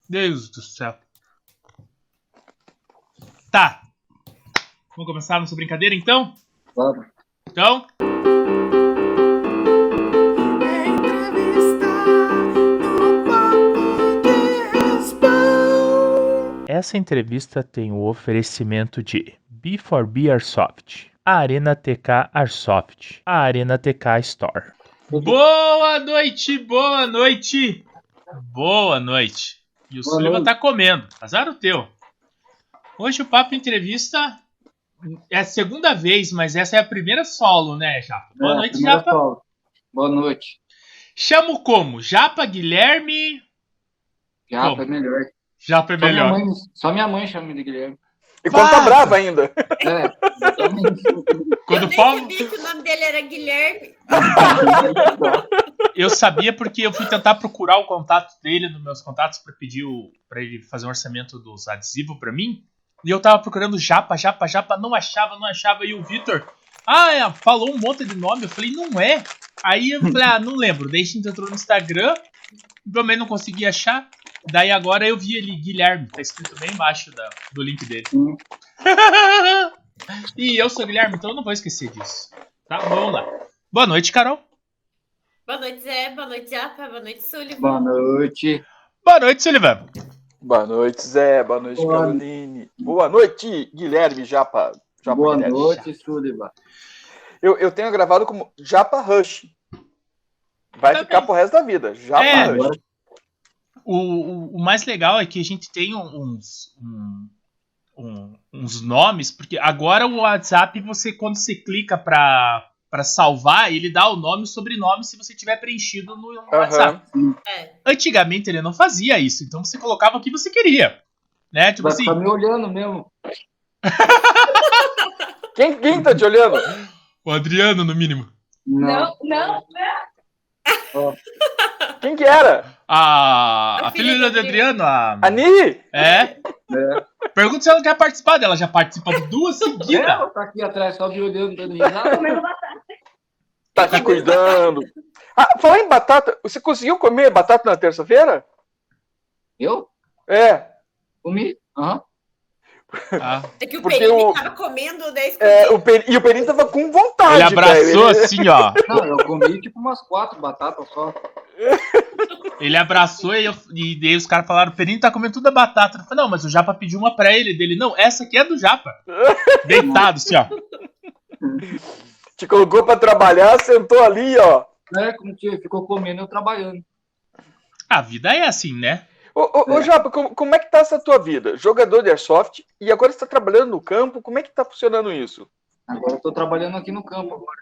Deus do céu. Tá. Vamos começar nossa brincadeira, então? Vamos. Então... Essa entrevista tem o oferecimento de B4B Airsoft, a Arena TK Airsoft, a Arena TK Store. Boa noite, boa noite, boa noite. E o Sullivan tá comendo, azar o teu. Hoje o Papo Entrevista é a segunda vez, mas essa é a primeira solo, né, Japa? Boa noite, Japa. Solo. Boa noite. Chamo como? Japa, Guilherme... Japa Como? é melhor. Japa é melhor. Só minha mãe chama de Guilherme. E quando tá brava ainda. É, exatamente. Quando eu o Paulo... nem sabia que o nome dele era Guilherme. Eu sabia porque eu fui tentar procurar o contato dele nos meus contatos para pedir para ele fazer um orçamento dos adesivos para mim. E eu tava procurando Japa, não achava. E o Vitor, falou um monte de nome. Eu falei, não é. Aí eu falei, não lembro. Daí a gente entrou no Instagram, também não consegui achar. Daí agora eu vi ele, Guilherme, tá escrito bem embaixo do link dele. E eu sou o Guilherme, então eu não vou esquecer disso. Tá, vamos lá. Boa noite, Carol. Boa noite, Zé. Boa noite, Japa. Boa noite, Sullivan. Boa noite. Boa noite, Sullivan. Boa noite, Zé. Boa noite, Caroline. Boa noite, Guilherme Japa. Boa Guilherme. noite, Sullivan. Eu tenho gravado como Japa Rush. Vai ficar pro resto da vida. Japa Rush. O mais legal é que a gente tem uns nomes, porque agora o WhatsApp, quando você clica pra salvar, ele dá o nome e o sobrenome se você tiver preenchido no WhatsApp. Antigamente ele não fazia isso, então você colocava o que você queria. Né? Tipo Vai assim. ficar me olhando mesmo. Quem tá te olhando? O Adriano, no mínimo. Não. Quem que era? A filha do Adriano, a Ani? É. Pergunta se ela quer participar dela. Já participa de 2 seguidas. Ela tá aqui atrás, só me olhando, dando risada. Tá te cuidando. Falar em batata, você conseguiu comer batata na terça-feira? Eu? É. Comi? Aham. É que o Porque Perini tava comendo 10 e o Perini tava com vontade. Ele abraçou cara. assim, ó. Não, eu comi tipo umas 4 batatas só. Ele abraçou e daí os caras falaram: o Perini tá comendo toda a batata. Eu falei, não, mas o Japa pediu uma pra ele. Dele, não, essa aqui é do Japa. Deitado, assim, ó. Te colocou pra trabalhar, sentou ali, ó. Como que ficou comendo, eu trabalhando. A vida é assim, né? Ô Japa, como é que tá essa tua vida? Jogador de Airsoft e agora você tá trabalhando no campo, como é que tá funcionando isso? Agora eu tô trabalhando aqui no campo agora.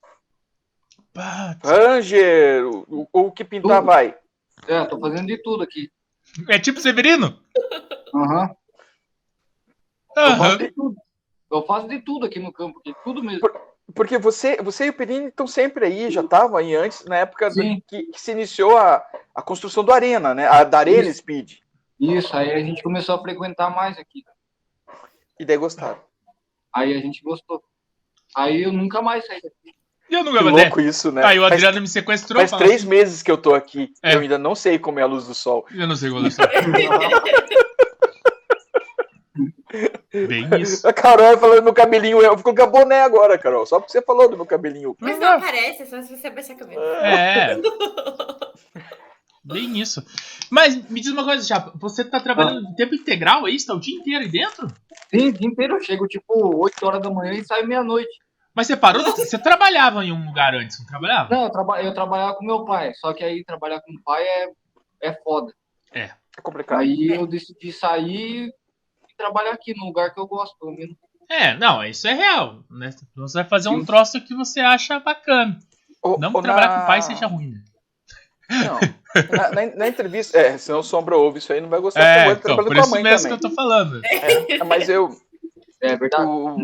Ranger, o que pintar Tudo. vai. Tô fazendo de tudo aqui. É tipo Severino? Aham. Eu faço de tudo aqui no campo, de tudo mesmo. Porque você e o Perini estão sempre aí, já estavam aí antes, na época que se iniciou a construção do Arena, né? Da Arena Speed. Isso, aí a gente começou a frequentar mais aqui. E daí gostaram. Aí a gente gostou. Aí eu nunca mais saí daqui. Eu nunca Que mandei. louco isso, né? Aí o Adriano me sequestrou. Faz 3 meses que eu tô aqui. É. Eu ainda não sei como é a luz do sol. Eu não sei qual é o sol. Bem isso. A Carol falando do meu cabelinho. Eu fico com a boné agora, Carol. Só porque você falou do meu cabelinho. Mas não aparece, é só se você abaixar a cabeça. É. Bem isso. Mas me diz uma coisa, Japa. Você tá trabalhando em tempo integral aí? Você tá o dia inteiro aí dentro? Sim, o dia inteiro. Eu chego tipo 8 horas da manhã e saio meia-noite. Mas você parou? Você trabalhava em um lugar antes, não trabalhava? Não, eu trabalhava com meu pai. Só que aí trabalhar com o pai é foda. É complicado. Aí eu decidi sair e trabalhar aqui no lugar que eu gosto, pelo menos. Não, isso é real, né? Você vai fazer um troço que você acha bacana. Não que trabalhar com o pai seja ruim, né? Não, na entrevista, senão o Sombra ouve isso aí, não vai gostar. Então, por isso mesmo também que eu tô falando. Mas eu... É verdade.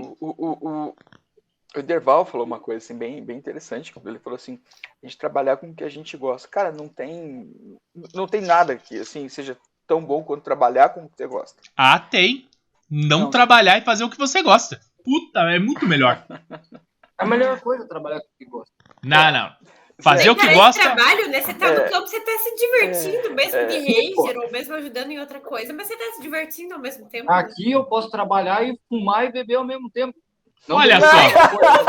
O Derval falou uma coisa assim, bem interessante. Ele falou assim, a gente trabalhar com o que a gente gosta. Cara, não tem nada que assim, seja tão bom quanto trabalhar com o que você gosta. Tem. Não trabalhar e fazer o que você gosta. Puta, é muito melhor. É a melhor coisa trabalhar com o que gosta. Não. Fazer o que Cara, gosta. esse trabalho, né? Você tá no campo, você tá se divertindo, mesmo de ranger, ou mesmo ajudando em outra coisa, mas você tá se divertindo ao mesmo tempo. né? Aqui eu posso trabalhar e fumar e beber ao mesmo tempo. Não Olha beber só.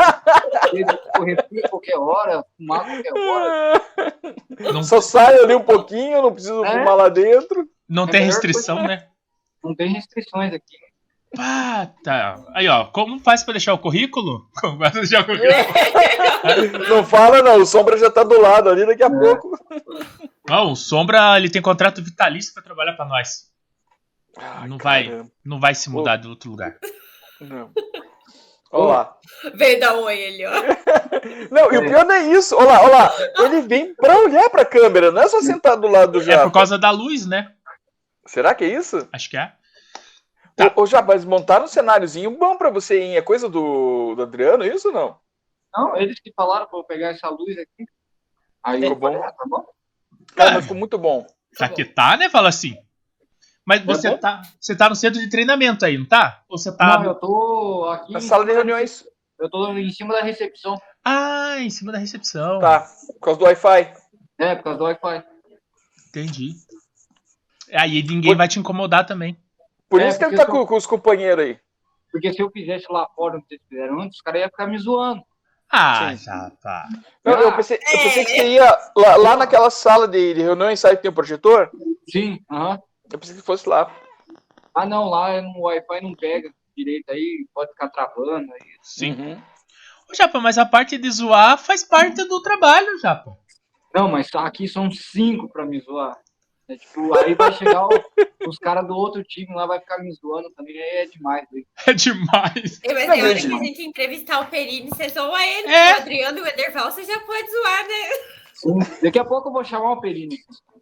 Correr qualquer hora, fumar qualquer hora. Não, Só saio ali um pouquinho, não preciso fumar lá dentro. não É tem melhor restrição, né? Não tem restrições aqui. Ah, tá. Aí, ó, como faz pra deixar o currículo? Como faz pra deixar o currículo? Não fala não, o Sombra já tá do lado ali daqui a pouco. Não, o Sombra, ele tem contrato vitalício pra trabalhar pra nós. Não vai se mudar de outro lugar. Não. Olha lá. Veio dar oi ele, ó. Não, e o pior não é isso. Olha lá. Ele vem pra olhar pra câmera, não é só sentar do lado do É Japa. por causa da luz, né? Será que é isso? Acho que é. Tá. Ô, Japa, mas montaram um cenáriozinho bom pra você, hein? É coisa do Adriano, é isso ou não? Não, eles que falaram pra eu pegar essa luz aqui. Aí Ficou eu falei, bom? tá bom. Cara, mas ficou muito bom. Já que tá, né? Fala assim. Mas você tá no centro de treinamento aí, não tá? Ou você tá. Não, eu tô aqui. Na sala de reuniões. Eu tô em cima da recepção. Ah, em cima da recepção. Tá, por causa do Wi-Fi. É, por causa do Wi-Fi. Entendi. Aí ninguém vai te incomodar também. Por É, isso que ele porque tá com os companheiros aí. Porque se eu fizesse lá fora o que vocês fizeram antes, os caras iam ficar me zoando. Ah, Sim. já tá. Não, eu pensei que você ia lá naquela sala de reuniões, sabe que tem um projetor? Sim, aham. Eu pensei que fosse lá. Ah, não, lá no Wi-Fi não pega direito aí, pode ficar travando aí. Sim. Uhum. Ô, Japa, mas a parte de zoar faz parte do trabalho, Japa. Não, mas aqui são 5 pra me zoar. É, tipo, aí vai chegar os caras do outro time lá, vai ficar me zoando também, aí é demais. Aí. É demais. Mas tem hora que a gente entrevistar o Perini, você zoa ele, É. o Adriano e o Ederval, você já pode zoar, né? Sim. Daqui a pouco eu vou chamar o Perini.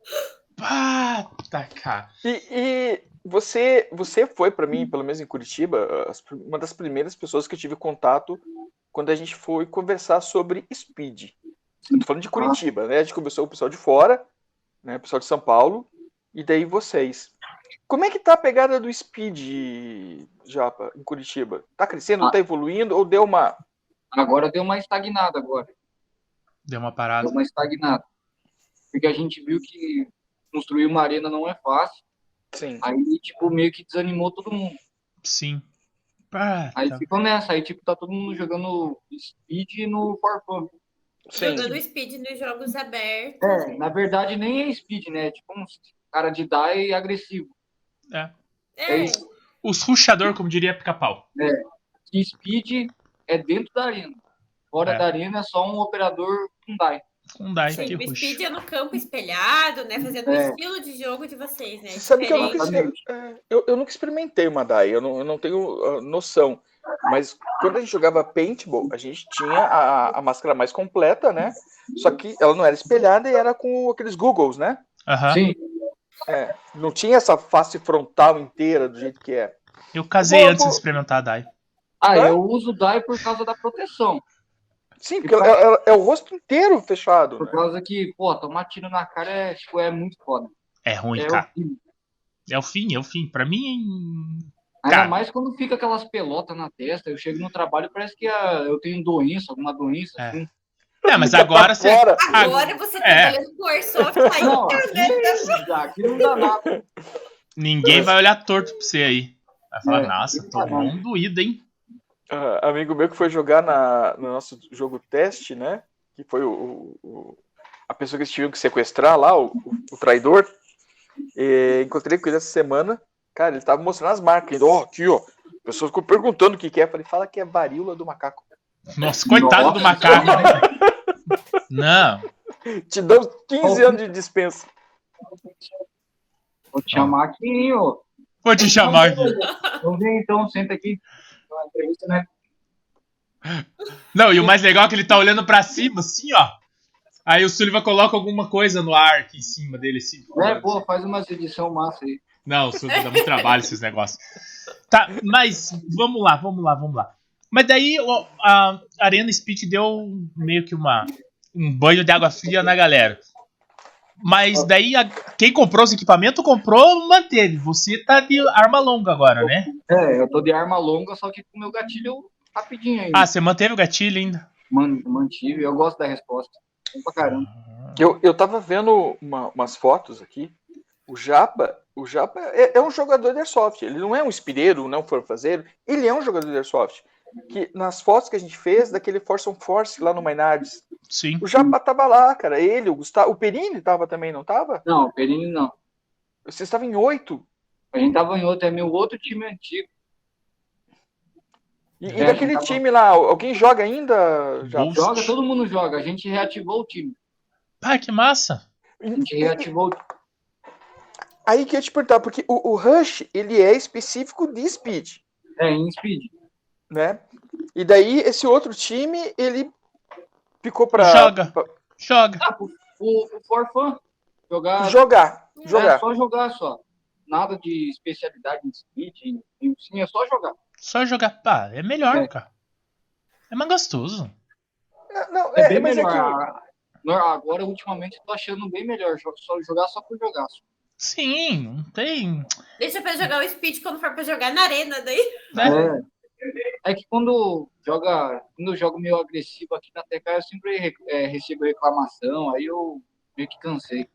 Pá, tá, cara. E você foi pra mim, pelo menos em Curitiba, uma das primeiras pessoas que eu tive contato quando a gente foi conversar sobre Speed. Eu tô falando de Curitiba, né? A gente conversou com o pessoal de fora, né? O pessoal de São Paulo, e daí vocês. Como é que tá a pegada do Speed, Japa, em Curitiba? Tá crescendo, tá evoluindo ou deu uma... Agora deu uma estagnada agora. Deu uma parada. Deu uma estagnada. Porque a gente viu que construir uma arena não é fácil. Sim. Aí, tipo, meio que desanimou todo mundo. Sim. Pá, Aí tá. ficou nessa. Aí, tipo, tá todo mundo jogando Speed no For Fun. Sim. Jogando Speed nos jogos abertos. É, na verdade, nem é Speed, né? É tipo um cara de die agressivo. É. É isso. Os ruxador, como diria Pica-Pau. E Speed é dentro da arena. Fora da arena é só um operador com die. Um die Sim, que o ruxa. Speed é no campo espelhado, né? Fazendo o estilo de jogo de vocês, né? Você sabe que eu nunca, Diferente. eu nunca experimentei uma DAI, eu não tenho noção. Mas quando a gente jogava paintball, a gente tinha a máscara mais completa, né? Só que ela não era espelhada e era com aqueles googles, né? Aham. Sim. Não tinha essa face frontal inteira do jeito que é. Eu casei antes de experimentar a DAI. Eu uso die por causa da proteção. Sim, porque é o rosto inteiro fechado. Por Né? causa que, pô, tomar tiro na cara é muito foda. É ruim, É cara. horrível. É o fim. Pra mim, Ainda cara. mais quando fica aquelas pelotas na testa. Eu chego no trabalho e parece que eu tenho doença, alguma doença, assim. Mas agora você. Fora. Agora você trabalhando com Airsoft, tá aí, Não, né? aqui não dá nada. Ninguém vai olhar torto pra você aí. Vai falar, É. nossa, tomou um doído, hein? Amigo meu que foi jogar no nosso jogo teste, né? Que foi a pessoa que eles tiveram que sequestrar lá, o traidor. Encontrei com ele essa semana. Cara, ele tava mostrando as marcas. Aqui, ó. A pessoa ficou perguntando o que é. Eu falei, fala que é varíola do macaco. Nossa, coitado do macaco. Não. Te dão 15 anos de dispensa. Vou te chamar aqui, hein, ô. Vou te chamar aqui. Vamos ver então, senta aqui. Uma entrevista, né? Não, e o mais legal é que ele tá olhando pra cima, assim, ó. Aí o Sullivan coloca alguma coisa no ar aqui em cima dele, assim. Pô, faz umas edição massa aí. Não, o Sullivan dá muito trabalho esses negócios. Tá, mas vamos lá. Mas daí a Arena Speed deu meio que um banho de água fria na galera. Mas daí quem comprou os equipamentos manteve. Você tá de arma longa agora, né? Eu tô de arma longa, só que com o meu gatilho rapidinho ainda. Ah, você manteve o gatilho ainda? Mantive, eu gosto da resposta. Bom pra caramba. Eu tava vendo umas fotos aqui. O Japa é um jogador de Airsoft. Ele não é um espireiro, não é um forfazeiro. Ele é um jogador de Airsoft. Que nas fotos que a gente fez, daquele Force on Force lá no Maynards, Sim. o Japa tava lá, cara. Ele, o Gustavo. O Perini tava também, não tava? Não, o Perini não. Vocês estavam em 8. A gente tava em outro, é meu outro time antigo. E daquele time lá, alguém joga ainda? Japa? Wolf. Joga, todo mundo joga. A gente reativou o time. Pá, que massa. A gente reativou o time. Aí que eu ia te perguntar, porque o Rush, ele é específico de Speed, Em Speed. né? E daí, esse outro time, ele ficou pra... Joga. O For Fun. Jogar. É só jogar só. Nada de especialidade em Speed. Sim, é só jogar. Só jogar. Pá, é melhor, cara. É mais gostoso. Não, É bem mas melhor. Agora, ultimamente, eu tô achando bem melhor. Jogar só por jogar. Sim, não tem... Deixa pra jogar o Speed quando for pra jogar na arena, daí. Né? É que quando eu jogo meio agressivo aqui na TK, eu sempre recebo reclamação, aí eu meio que cansei.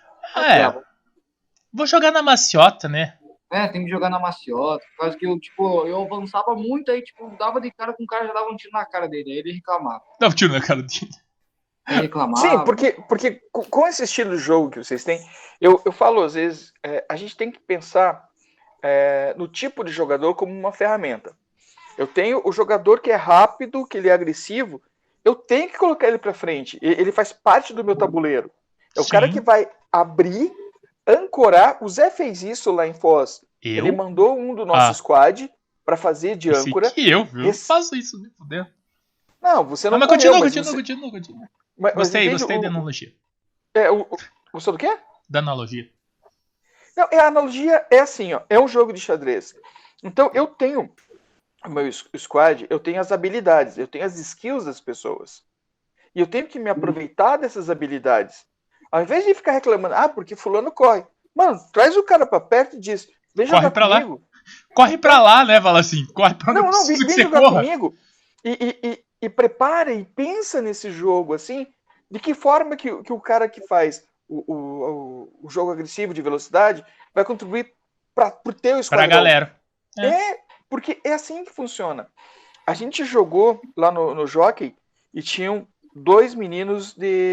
Vou jogar na maciota, né? Tem que jogar na maciota, por causa que eu avançava muito, aí dava de cara com o cara, já dava um tiro na cara dele, aí ele reclamava. Dá um tiro na cara dele. Ele reclamava. Sim, porque com esse estilo de jogo que vocês têm, eu falo às vezes, a gente tem que pensar no tipo de jogador como uma ferramenta. Eu tenho o jogador que é rápido, que ele é agressivo, eu tenho que colocar ele pra frente. Ele faz parte do meu tabuleiro. É o Sim. cara que vai abrir, ancorar. O Zé fez isso lá em Foz. Eu? Ele mandou um do nosso squad pra fazer de âncora. Que eu faço isso, me fudendo. Não, você não mas correu, continua. Gostei da analogia. Gostou do quê? Da analogia. Não, a analogia é assim, ó. É um jogo de xadrez. Então, eu tenho... O meu squad, eu tenho as habilidades, eu tenho as skills das pessoas. E eu tenho que me aproveitar dessas habilidades. Ao invés de ficar reclamando, porque fulano corre. Mano, traz o cara pra perto e diz, vem jogar comigo. Lá. Corre pra lá, né? Fala assim, corre pra onde não, vem você jogar corra. comigo. E prepara e pensa nesse jogo, assim, de que forma que o cara que faz o jogo agressivo de velocidade vai contribuir pro teu esquadrão. Pra galera. Porque é assim que funciona. A gente jogou lá no Jockey e tinham 2 meninos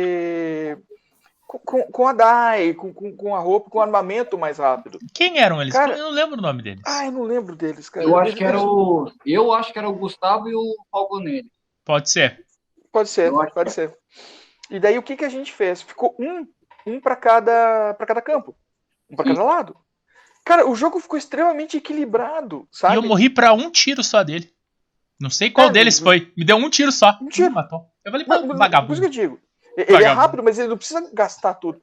com a DAI, com a roupa, com armamento mais rápido. Quem eram eles? Cara, eu não lembro o nome deles. Eu não lembro deles, cara. Eu acho que era o Gustavo e o Falconelli. Pode ser. Pode ser. E daí o que a gente fez? Ficou um para cada campo. Um para cada lado. Cara, o jogo ficou extremamente equilibrado, sabe? E eu morri pra um tiro só dele. Não sei qual deles foi. Me deu um tiro só. Um tiro. Matou. Eu falei, vagabundo. Por isso que eu digo. Ele é rápido, mas ele não precisa gastar tudo.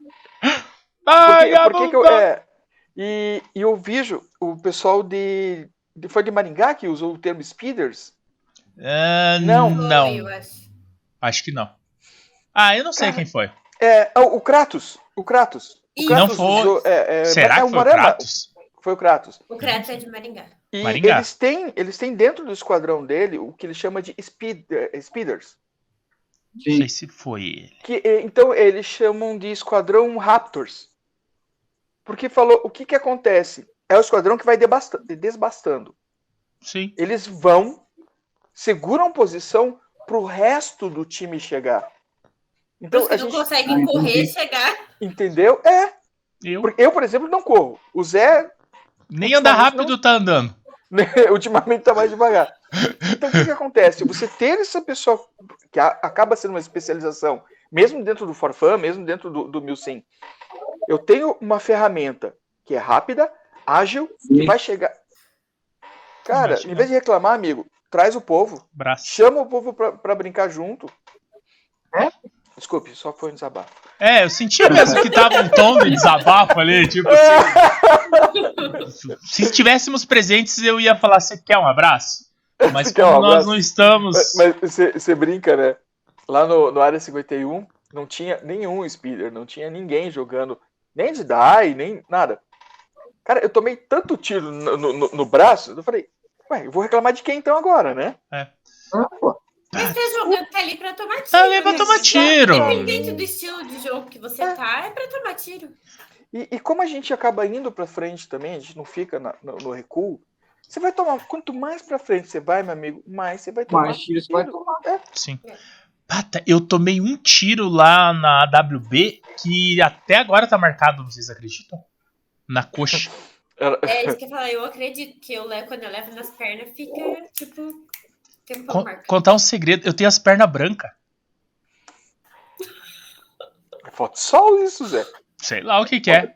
E eu vejo o pessoal foi de Maringá que usou o termo speeders? Não. Eu acho. Acho que não. Eu não sei quem foi. O Kratos. O Kratos não foi. Será que foi o Kratos? Foi o Kratos. O Kratos é de Maringá. E eles têm dentro do esquadrão dele o que ele chama de speeders. Não sei se foi ele. Então eles chamam de esquadrão Raptors. Porque o que acontece? É o esquadrão que vai desbastando. Sim. Eles seguram posição pro resto do time chegar. Então, você não consegue correr e chegar. Entendeu? Eu, por exemplo, não corro. O Zé... Nem andar rápido tá andando. Ultimamente tá mais devagar. Então, o que acontece? Você ter essa pessoa que acaba sendo uma especialização, mesmo dentro do Forfan, mesmo dentro do Milsim, eu tenho uma ferramenta que é rápida, ágil, que vai chegar... Cara, em vez de reclamar, amigo, traz o povo, chama o povo pra brincar junto. Desculpe, só foi um desabafo. Eu sentia mesmo que tava um tom de desabafo ali, tipo assim. Se estivéssemos presentes, eu ia falar, você quer um abraço? Mas como nós não estamos... Mas você brinca, né? Lá no Área 51, não tinha nenhum speeder, não tinha ninguém jogando, nem de DAI, nem nada. Cara, eu tomei tanto tiro no braço, eu falei, eu vou reclamar de quem então agora, né? Mas tá jogando, tá ali pra tomar tiro. Tá ali pra tomar tiro. Independente do estilo de jogo que você tá, é pra tomar tiro. E como a gente acaba indo pra frente também, a gente não fica no recuo, você vai tomar. Quanto mais pra frente você vai, meu amigo, mais você vai tomar. Mais tiro você vai tomar. Sim. Pata, eu tomei um tiro lá na AWB que até agora tá marcado, vocês acreditam? Na coxa. É isso que eu ia falar, eu acredito que quando eu levo nas pernas, fica, tipo, tempão marcado. Contar um segredo, eu tenho as pernas brancas. Falta só isso, Zé. Sei lá o que é.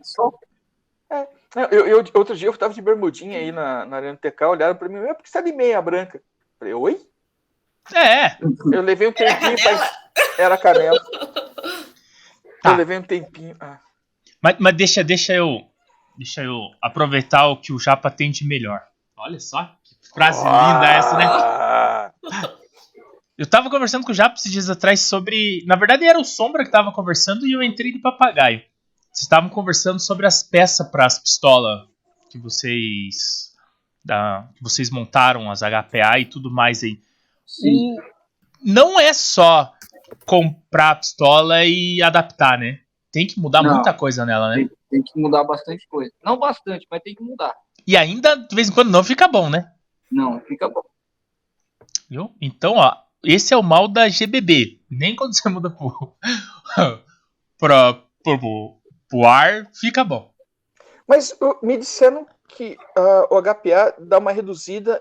Outro dia eu tava de bermudinha aí na Arena TK, olharam pra mim, por que você tá de meia branca? Eu falei, oi? É. Eu levei um tempinho Era canela. Tá. Eu levei um tempinho. Mas deixa eu aproveitar o que o Japa tem de melhor. Olha só, que frase linda essa, né? Eu tava conversando com o Japa esses dias atrás sobre... Na verdade era o Sombra que tava conversando e eu entrei de papagaio. Vocês estavam conversando sobre as peças para as pistolas que vocês montaram, as HPA e tudo mais aí. Sim. Não é só comprar a pistola e adaptar, né? Tem que mudar muita coisa nela, né? Tem que mudar bastante coisa. Não bastante, mas tem que mudar. E ainda, de vez em quando, não fica bom, né? Não, fica bom. Viu? Então, ó, esse é o mal da GBB. Nem quando você muda pro ar, fica bom. Mas me disseram que o HPA dá uma reduzida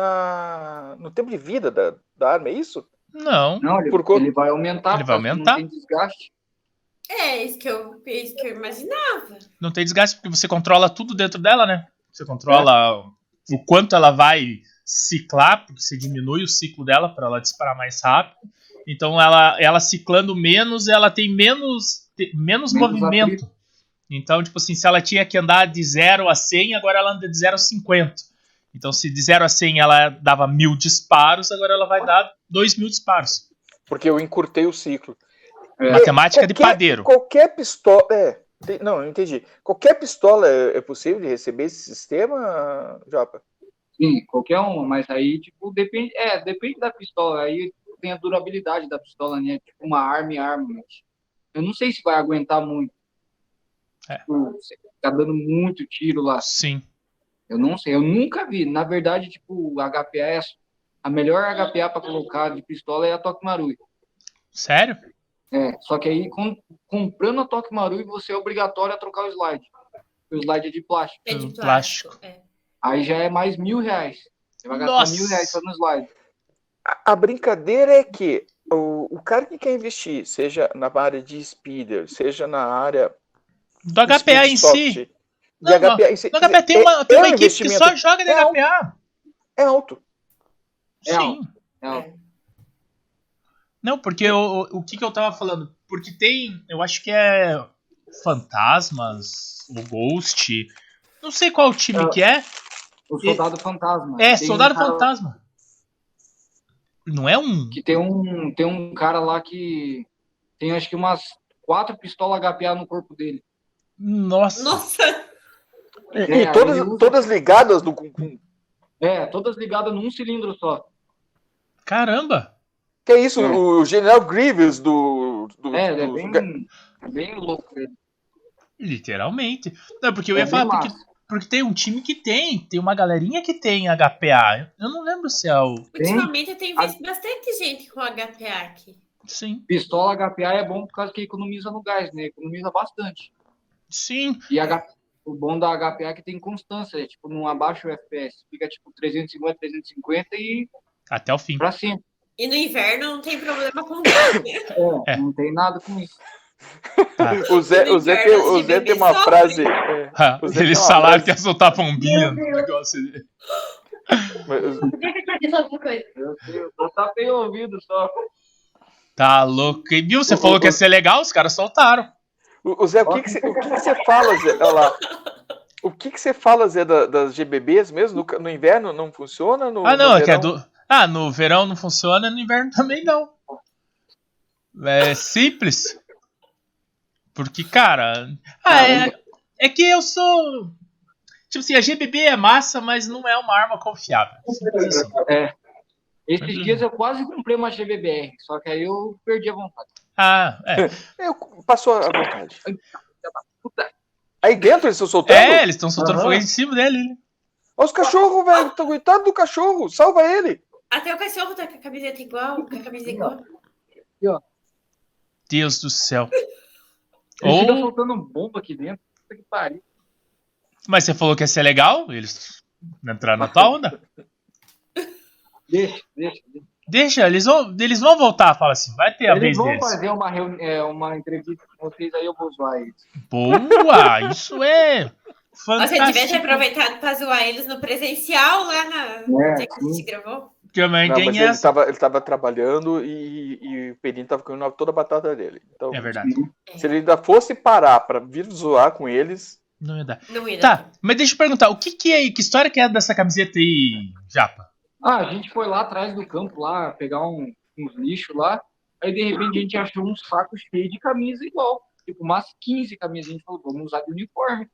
no tempo de vida da arma, é isso? Não. Ele vai aumentar. Ele vai aumentar? Não tem desgaste. É isso que eu imaginava. Não tem desgaste porque você controla tudo dentro dela, né? Você controla o quanto ela vai ciclar, porque você diminui o ciclo dela para ela disparar mais rápido. Então ela ciclando menos, ela tem menos movimento. Atrito. Então, tipo assim, se ela tinha que andar de 0 a 100, agora ela anda de 0 a 50. Então, se de 0 a 100 ela dava 1000 disparos, agora ela vai dar 2000 disparos. Porque eu encurtei o ciclo. Matemática de padeiro. Qualquer pistola... não, eu entendi. Qualquer pistola é possível de receber esse sistema, Japa? Sim, qualquer uma, mas aí, tipo, depende da pistola. Aí tem a durabilidade da pistola, né? Tipo, uma arma e arma. Eu não sei se vai aguentar muito. Tipo, você tá dando muito tiro lá. Sim. Eu não sei, eu nunca vi. Na verdade, tipo, HPA a melhor HPA para colocar de pistola é a Tokimarui. Sério? Só que aí, comprando a Tokimarui, você é obrigatório a trocar o slide. O slide é de plástico. É de plástico. Aí já é mais R$1.000. Você vai gastar R$1.000 só no slide. A brincadeira é que o cara que quer investir, seja na área de speeder, seja na área do HPA em si. No HPA tem uma equipe que só joga de HPA. É alto. Sim. É alto. Não, porque o que eu tava falando? Porque tem, eu acho que é Fantasmas, o Ghost, não sei qual time que é. O Soldado Fantasma. Soldado Fantasma. Não é um... Que tem um cara lá que tem acho que umas 4 pistolas HPA no corpo dele. Nossa! E todas ligadas no... todas ligadas num cilindro só. Caramba! Que é isso? O General Grievous ele é bem louco ele. Literalmente. Não, porque eu ia falar, porque tem um time que tem uma galerinha que tem HPA. Eu não lembro se é o... Ultimamente eu tenho visto bastante gente com HPA aqui. Sim. Pistola HPA é bom por causa que economiza no gás, né? Economiza bastante. Sim. E o bom da HPA é que tem constância, tipo, não abaixa o FPS. Fica tipo 350 e... até o fim. Pra cima. E no inverno não tem problema com gás, não tem nada com isso. O Zé tem uma frase... Eles falaram que ia soltar pombinha no negócio dele. Eu tá bem ouvido só. Tá louco. E viu, você falou que ia ser legal, os caras soltaram. O Zé, o que você fala, Zé? Olha lá. O que você fala, Zé, das GBBs mesmo? No inverno não funciona? No no verão não funciona, no inverno também não. É simples. Porque, cara... é que eu sou... Tipo assim, a GBB é massa, mas não é uma arma confiável. Simples assim. Esses dias eu quase comprei uma GBBR, só que aí eu perdi a vontade. Passou a vontade. Aí dentro eles estão soltando? Eles estão soltando fogo em cima dele. Né? Olha os cachorros, velho. Coitado do cachorro. Salva ele. Até o cachorro tá com a camiseta igual. Com a camisa igual. Aqui, ó. Deus do céu. Ele fica soltando bomba aqui dentro. Puta que pariu. Mas você falou que ia ser legal? Eles entraram na tua onda? Deixa, eles vão voltar, fala assim, vai ter a vez deles. Eles vão fazer uma entrevista com vocês, aí eu vou zoar eles. Boa, isso é fantástico. Você devia ter aproveitado pra zoar eles no presencial lá onde que a gente gravou. Ele tava trabalhando e o Pedrinho tava comendo toda a batata dele. Então, é verdade. Se ele ainda fosse parar pra vir zoar com eles... Não ia dar. Tá, mas deixa eu perguntar, que história que é dessa camiseta aí, Japa? A gente foi lá atrás do campo, lá, pegar uns lixos lá, aí de repente a gente achou um saco cheio de camisa igual, tipo umas 15 camisas, a gente falou, vamos usar de uniforme.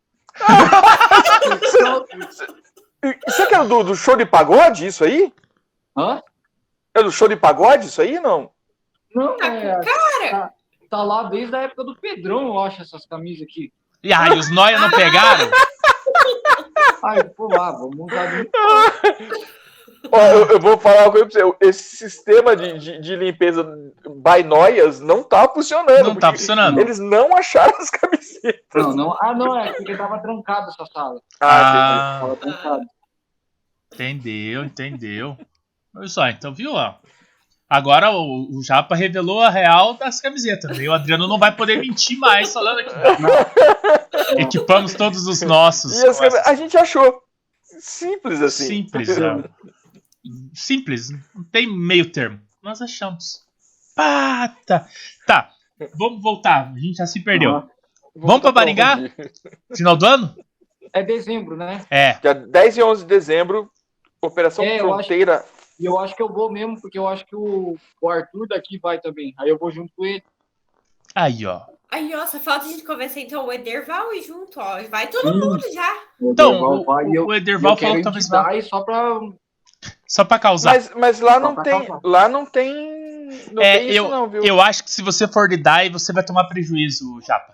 Isso aqui é do show de pagode, isso aí? Hã? É do show de pagode, isso aí, não? Não, tá lá desde a época do Pedrão, eu acho, essas camisas aqui. E aí, os nóia não pegaram? Aí, pô lá, vamos usar de uniforme. Eu vou falar uma coisa pra você. Esse sistema de limpeza by noias não tá funcionando. Não tá funcionando. Eles não acharam as camisetas. Não, é porque tava trancado essa sala. Tava trancado. Entendeu. Olha só, então viu, ó. Agora o Japa revelou a real das camisetas. E o Adriano não vai poder mentir mais falando aqui. Equipamos todos os nossos. A gente achou. Simples assim. Simples, não tem meio termo. Nós achamos. Tá, vamos voltar. A gente já se perdeu. Vamos pra Maringá? Final do ano? É dezembro, né? Dia 10 e 11 de dezembro, Operação Fronteira. E eu acho que eu vou mesmo, porque eu acho que o Arthur daqui vai também. Aí eu vou junto com ele. Aí, ó. Só falta a gente conversar então o Ederval e junto, ó. Vai todo mundo já. Então, o Ederval falou que talvez vai só pra causar. Mas lá não tem. Lá não tem. Não tem isso, não, viu? Eu acho que se você for de DAI, você vai tomar prejuízo, Japa.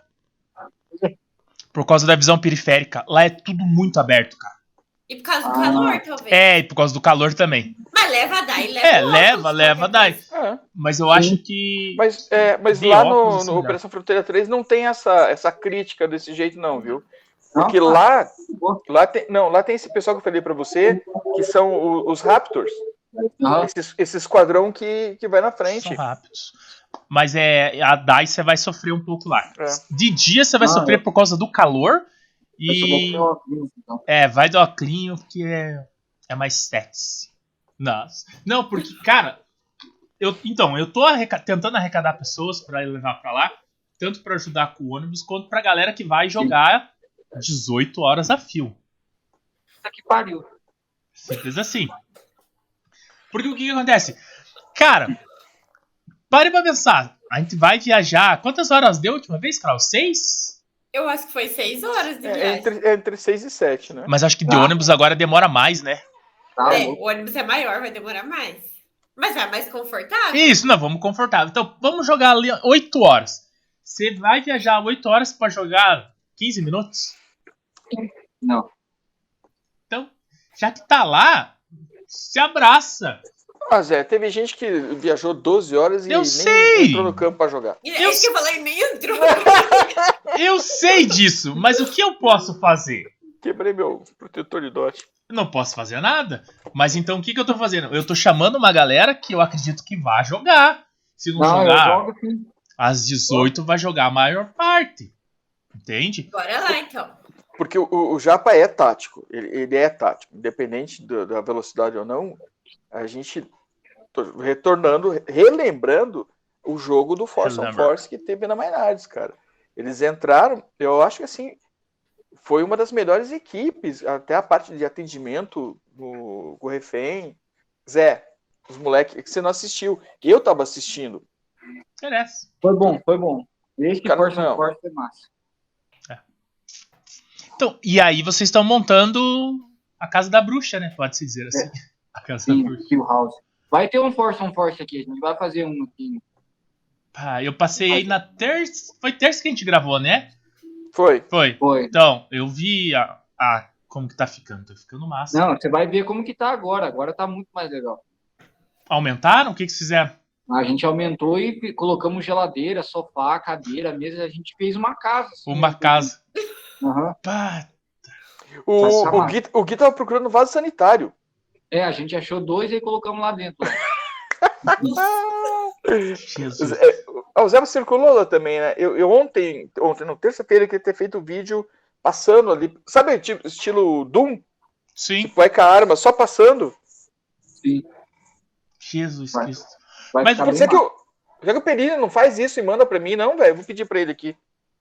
Por causa da visão periférica. Lá é tudo muito aberto, cara. E por causa do calor, talvez. E por causa do calor também. Mas leva a DAI, leva a DAI. Mas eu acho que... Mas lá no Operação Fronteira 3 não tem essa crítica desse jeito, não, viu? Porque lá tem esse pessoal que eu falei pra você, que são os Raptors. Esse esquadrão que vai na frente. São rápidos. Mas a DAI você vai sofrer um pouco lá. De dia você vai sofrer por causa do calor. E vai do oclinho, que é mais sexy. Não, porque, cara, eu tô tentando arrecadar pessoas pra levar pra lá, tanto pra ajudar com o ônibus, quanto pra galera que vai jogar 18 horas a fio. Puta que pariu. Simples assim. Porque o que acontece? Cara, pare pra pensar. A gente vai viajar. Quantas horas deu a última vez, Carol? 6? Eu acho que foi 6 horas de viagem. Entre 6 e 7, né? Mas acho que de ônibus agora demora mais, né? O ônibus é maior, vai demorar mais. Mas é mais confortável. Isso, não, vamos confortável. Então, vamos jogar ali 8 horas. Você vai viajar 8 horas pra jogar 15 minutos? Não. Então, já que tá lá, se abraça. Zé, teve gente que viajou 12 horas e nem entrou no campo pra jogar. Que eu falei, nem entrou. Eu sei disso, mas o que eu posso fazer? Quebrei meu protetor de dote. Eu não posso fazer nada. Mas então o que eu tô fazendo? Eu tô chamando uma galera que eu acredito que vai jogar. Se não jogar às 18, vai jogar a maior parte. Entende? Bora lá, então. Porque o Japa é tático. Ele é tático. Independente da velocidade ou não, a gente relembrando o jogo do Force on Force que teve na Maynardes, cara. Eles entraram, eu acho que assim, foi uma das melhores equipes, até a parte de atendimento com o refém. Zé, os moleques que você não assistiu, eu tava assistindo. Interessa. Foi bom. Esse Force on Force foi massa. Então, e aí vocês estão montando a casa da bruxa, né? Pode-se dizer assim. A casa da bruxa. Kill House. Vai ter um Force aqui, a gente vai fazer um aqui. Eu passei aí na terça. Foi terça que a gente gravou, né? Foi. Então, eu vi como que tá ficando. Tá ficando massa. Não, você vai ver como que tá agora. Agora tá muito mais legal. Aumentaram? O que vocês fizeram? A gente aumentou e colocamos geladeira, sofá, cadeira, mesa. A gente fez uma casa. Assim, Uma casa. Uhum. O Gui tava procurando vaso sanitário. A gente achou 2 e colocamos lá dentro. Jesus. O Zé circulou lá também, né? Eu ontem, não, terça-feira, eu queria ter feito um vídeo passando ali. Sabe, tipo, estilo Doom? Sim. Tipo, vai com a arma só passando. Sim. Jesus Cristo. Mas já que o Perini não faz isso e manda pra mim, não, velho. Eu vou pedir pra ele aqui.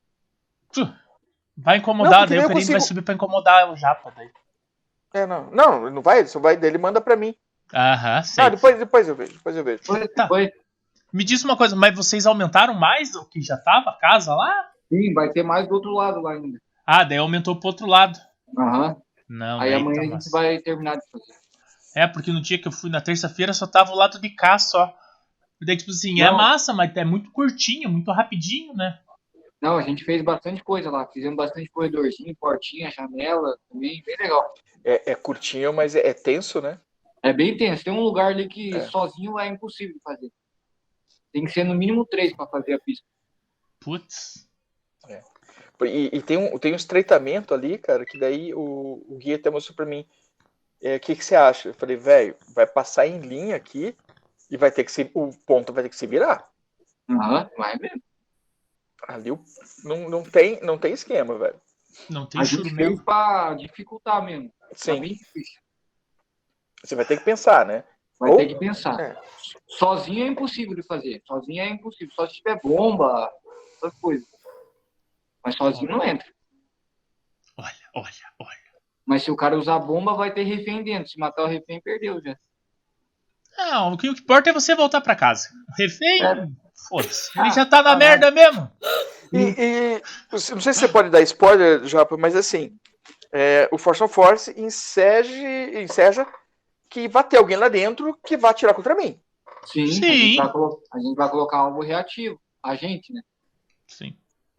Vai incomodar, daí o Perini vai subir pra incomodar o Japa. Daí. Não vai, só vai, daí ele manda pra mim. Aham, sei. Depois eu vejo. Tá. Me diz uma coisa, mas vocês aumentaram mais do que já tava a casa lá? Sim, vai ter mais do outro lado lá ainda. Daí aumentou pro outro lado. Aham. Não, aí amanhã a gente vai terminar de fazer. Porque no dia que eu fui na terça-feira só tava o lado de cá só. Daí, tipo assim, é massa, mas é muito curtinho, muito rapidinho, né? Não, a gente fez bastante coisa lá. Fizemos bastante corredorzinho, portinha, janela, também, bem legal. É curtinho, mas é tenso, né? É bem tenso. Tem um lugar ali que sozinho é impossível de fazer. Tem que ser no mínimo 3 para fazer a pista. Putz. E tem um estreitamento ali, cara, que daí o guia até mostrou pra mim. O que você acha? Eu falei, velho, vai passar em linha aqui e o ponto vai ter que se virar. Vai mesmo. Ali não tem esquema, velho. Não tem churo mesmo. A gente fez pra dificultar mesmo. Sim. Tá bem difícil. Você vai ter que pensar, né? Vai ter que pensar. Sozinho é impossível de fazer. Sozinho é impossível. Só se tiver bomba, essas coisas. Mas sozinho não entra. Olha. Mas se o cara usar bomba, vai ter refém dentro. Se matar o refém, perdeu já. Não, o que importa é você voltar pra casa. O refém, foda-se. Ele já tá na merda mesmo. E não sei se você pode dar spoiler, Japa, mas assim, o Force enseja que vai ter alguém lá dentro que vai atirar contra mim. Sim. A gente vai colocar algo reativo. A gente, né? Sim.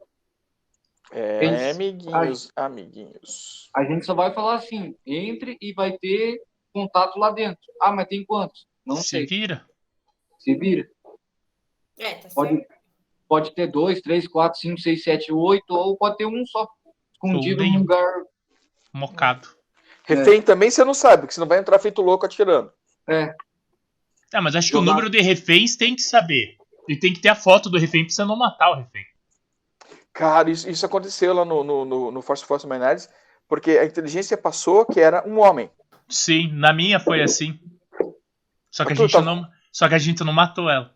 Amiguinhos. A gente só vai falar assim, entre e vai ter contato lá dentro. Mas tem quantos? Não sei. Se vira. Tá certo. Pode ter 2, 3, 4, 5, 6, 7, 8, ou pode ter um só escondido num lugar mocado. Refém também você não sabe, porque você não vai entrar feito louco atirando. Mas acho que o número de reféns tem que saber. E tem que ter a foto do refém pra você não matar o refém. Cara, isso aconteceu lá no Force Miners, porque a inteligência passou que era um homem. Sim, na minha foi assim. Só que a gente não matou ela.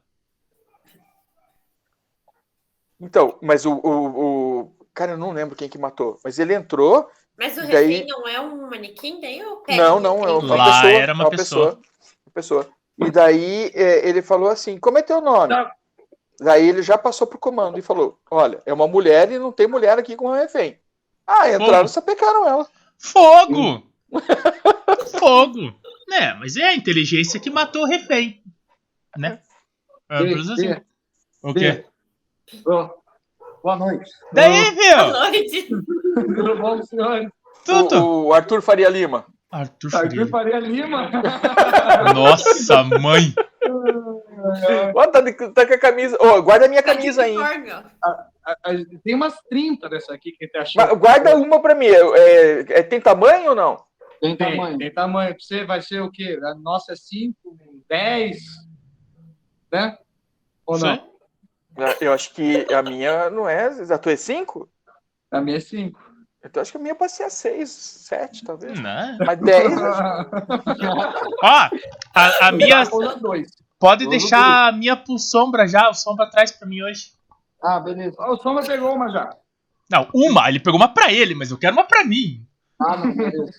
Então, mas cara, eu não lembro quem que matou, mas ele entrou. Mas o refém não é um manequim daí ou pega? Não, é uma lá pessoa. Era uma pessoa. E daí ele falou assim, como é teu nome? Daí ele já passou pro comando e falou, olha, é uma mulher e não tem mulher aqui com refém. Entraram e sapecaram ela. Fogo! Fogo! Mas é a inteligência que matou o refém. Né? O quê? Boa noite. Daí, viu? Boa noite. Tudo bom, senhor? O Arthur Faria Lima. Arthur Faria Lima. Nossa, mãe. Tá com a camisa. Guarda a minha camisa aí. Tem umas 30 dessa aqui que você achou. Guarda uma pra mim. Tem tamanho ou não? Tem tamanho. Tem tamanho. Pra você vai ser o quê? A nossa é 5, 10, né? Ou não? Eu acho que a minha não é. A tua é 5? A minha é 5. Então acho que a minha pode ser 6, 7, talvez. Não. Mas 10. A minha. Pode deixar a minha pro Sombra já. O Sombra traz pra mim hoje. Beleza. O Sombra pegou uma já. Não, ele pegou uma pra ele, mas eu quero uma pra mim. Não, beleza.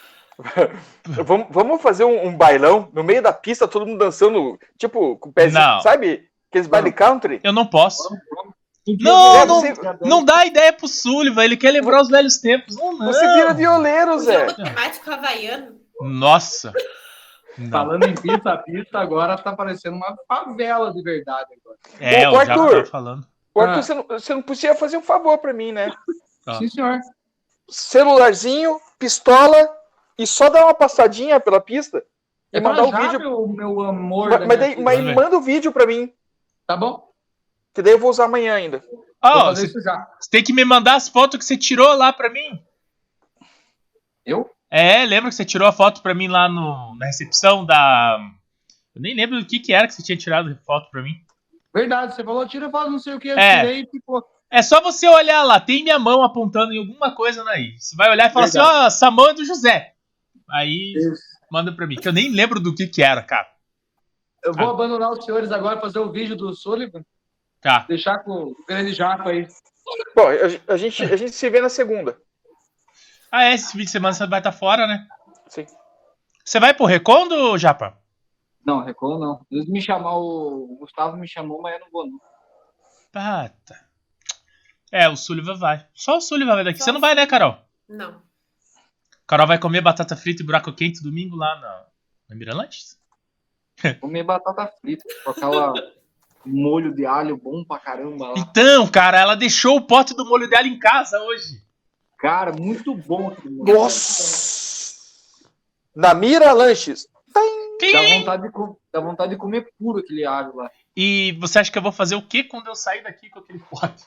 Vamos fazer um bailão no meio da pista, todo mundo dançando, tipo, com o pezinho, sabe? Aqueles baile country. Eu não posso. Vamos. Não dá ideia pro Sullivan, ele quer lembrar os velhos tempos. Não. Você vira violeiro, Zé. Temático havaiano. Nossa. Não. Falando em pista, a pista agora tá parecendo uma favela de verdade. Agora. O Japa tava falando. Arthur, você não podia fazer um favor pra mim, né? Sim, senhor. Celularzinho, pistola e só dar uma passadinha pela pista e mandar o vídeo. Meu amor. Mas manda o vídeo pra mim. Tá bom? Que daí eu vou usar amanhã ainda. Você tem que me mandar as fotos que você tirou lá pra mim. Eu? Lembra que você tirou a foto pra mim lá na recepção da... Eu nem lembro do que era que você tinha tirado foto pra mim. Verdade, você falou, tira foto, não sei o que, eu tirei e ficou. É só você olhar lá, tem minha mão apontando em alguma coisa aí. Você vai olhar e falar assim, essa mão é do José. Aí manda pra mim, que eu nem lembro do que era, cara. Eu vou abandonar os senhores agora, fazer o vídeo do Sullivan. Tá. Deixar com o grande Japa aí. Bom, a gente se vê na segunda. Esse fim de semana você vai estar fora, né? Sim. Você vai pro Recondo, Japa? Não, Recon não. Eles me chamaram, o Gustavo me chamou, mas eu não vou não. Tá. O Sullivan vai. Só o Sullivan vai daqui. Você não vai, né, Carol? Não. Carol vai comer batata frita e buraco quente domingo lá na Miralantes? Comer batata frita com aquela molho de alho bom pra caramba lá. Então, cara, ela deixou o pote do molho de alho em casa hoje. Cara, muito bom. Nossa! Na Miralanches. Dá vontade de comer puro aquele alho lá. E você acha que eu vou fazer o quê quando eu sair daqui com aquele pote?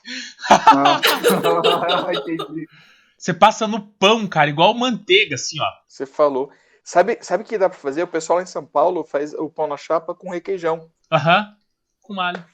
Entendi. Você passa no pão, cara, igual manteiga, assim, ó. Você falou. Sabe o que dá pra fazer? O pessoal lá em São Paulo faz o pão na chapa com requeijão. Com alho.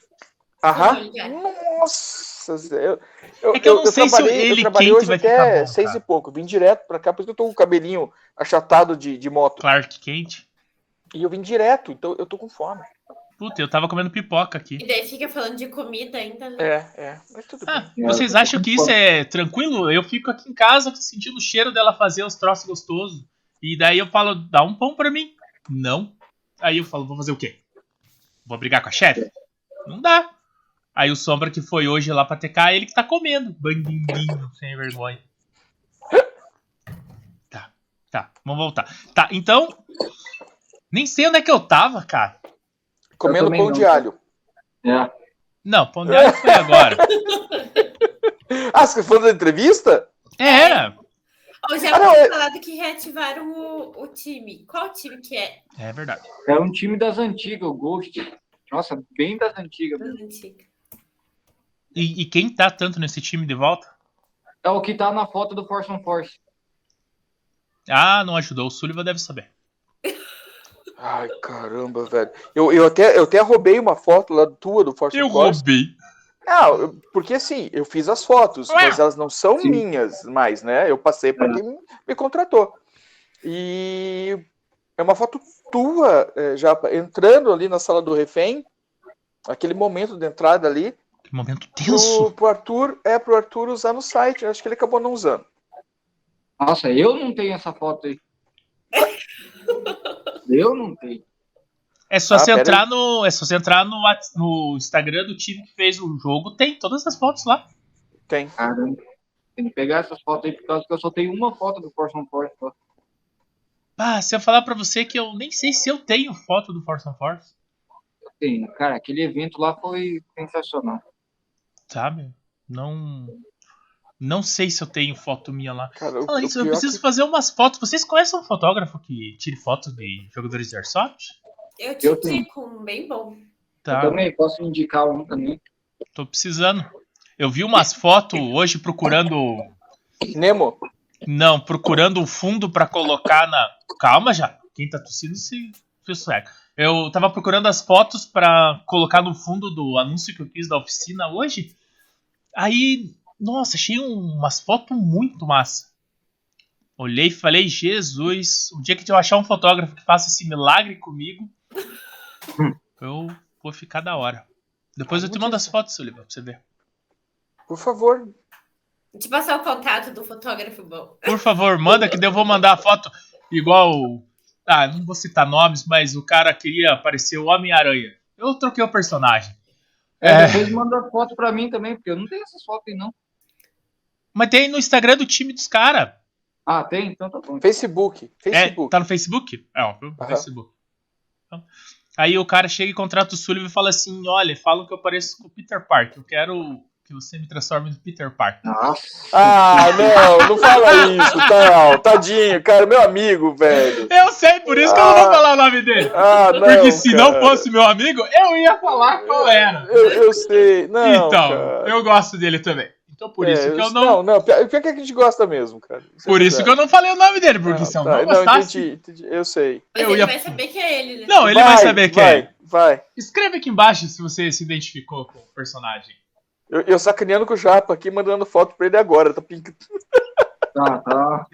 Nossa, é que eu não sei se ele quente hoje vai até ficar bom, 6 e pouco. Vim direto pra cá, por isso que eu tô com o cabelinho achatado de moto. Clark quente. E eu vim direto, então eu tô com fome. Puta, eu tava comendo pipoca aqui. E daí fica falando de comida ainda, né? Mas tudo bem. Vocês acham que isso é tranquilo? Eu fico aqui em casa sentindo o cheiro dela fazer os troços gostosos. E daí eu falo, dá um pão pra mim. Não. Aí eu falo, vou fazer o quê? Vou brigar com a chefe? Não dá. Aí o Sombra que foi hoje lá pra TK, ele que tá comendo. Bandindinho, sem vergonha. Tá, vamos voltar. Tá, então... Nem sei onde é que eu tava, cara. Comendo pão de alho. Não, pão de alho foi agora. Você falou da entrevista? Era. Já tinha falado que reativaram o time. Qual time que é? É verdade. É um time das antigas, o Ghost. Nossa, bem das antigas. E quem tá tanto nesse time de volta? É o que tá na foto do Force on Force. Não ajudou. O Sullivan deve saber. Ai, caramba, velho. Eu até roubei uma foto lá tua do Force on Force. Roubei. Não, porque assim, eu fiz as fotos, mas elas não são minhas mais, né? Eu passei para quem me contratou. E é uma foto tua, já entrando ali na sala do refém, aquele momento de entrada ali. Que momento tenso. Pro Arthur usar no site. Acho que ele acabou não usando. Nossa, eu não tenho essa foto aí. Eu não tenho. É só você entrar no Instagram do time que fez o jogo, tem todas as fotos lá. Tem. Caramba. Tem que pegar essas fotos aí, por causa que eu só tenho uma foto do Force on Force. Se eu falar pra você que eu nem sei se eu tenho foto do Force on Force. Eu tenho. Cara, aquele evento lá foi sensacional. Sabe? Não sei se eu tenho foto minha lá. Cara, Fala isso, eu preciso fazer umas fotos. Vocês conhecem um fotógrafo que tire fotos de jogadores de Airsoft? Eu te indico um bem bom. Tá. Eu também posso indicar um também. Tô precisando. Eu vi umas fotos hoje procurando... Nemo? Não, procurando o fundo pra colocar na... Calma já. Quem tá tossindo se sossega. Eu tava procurando as fotos pra colocar no fundo do anúncio que eu fiz da oficina hoje. Aí... Nossa, achei umas fotos muito massa. Olhei e falei, Jesus, o dia que eu achar um fotógrafo que faça esse milagre comigo, eu vou ficar da hora. Depois eu te mando as fotos, Sullivan, pra você ver. Por favor. Te passar o contato do fotógrafo bom. Por favor, manda que eu vou mandar a foto igual... não vou citar nomes, mas o cara queria aparecer o Homem-Aranha. Eu troquei o personagem. Depois manda foto pra mim também, porque eu não tenho essas fotos aí, não. Mas tem no Instagram do time dos caras. Tem? Então tá bom. Facebook. Tá no Facebook? No Facebook. Aí o cara chega e contrata o Sullivan e fala assim, olha, falam que eu pareço com o Peter Parker, eu quero que você me transforme no Peter Parker. Nossa. Não fala isso, tadinho, cara, meu amigo, velho. Eu sei, por isso que eu não vou falar o nome dele. Porque se cara. não fosse meu amigo, eu ia falar qual era. Eu sei, não, então, cara. Eu gosto dele também. Então por isso que eu não... Não, pior que a gente gosta mesmo, cara. Por isso que eu não falei o nome dele, porque se eu não gostasse... Entendi, eu sei. Mas ele vai saber que é ele, né? Não, ele vai saber que é ele. Vai. Escreve aqui embaixo se você se identificou com o personagem. Eu sacaneando com o Japa aqui, mandando foto pra ele agora. Tá pincando. Tá.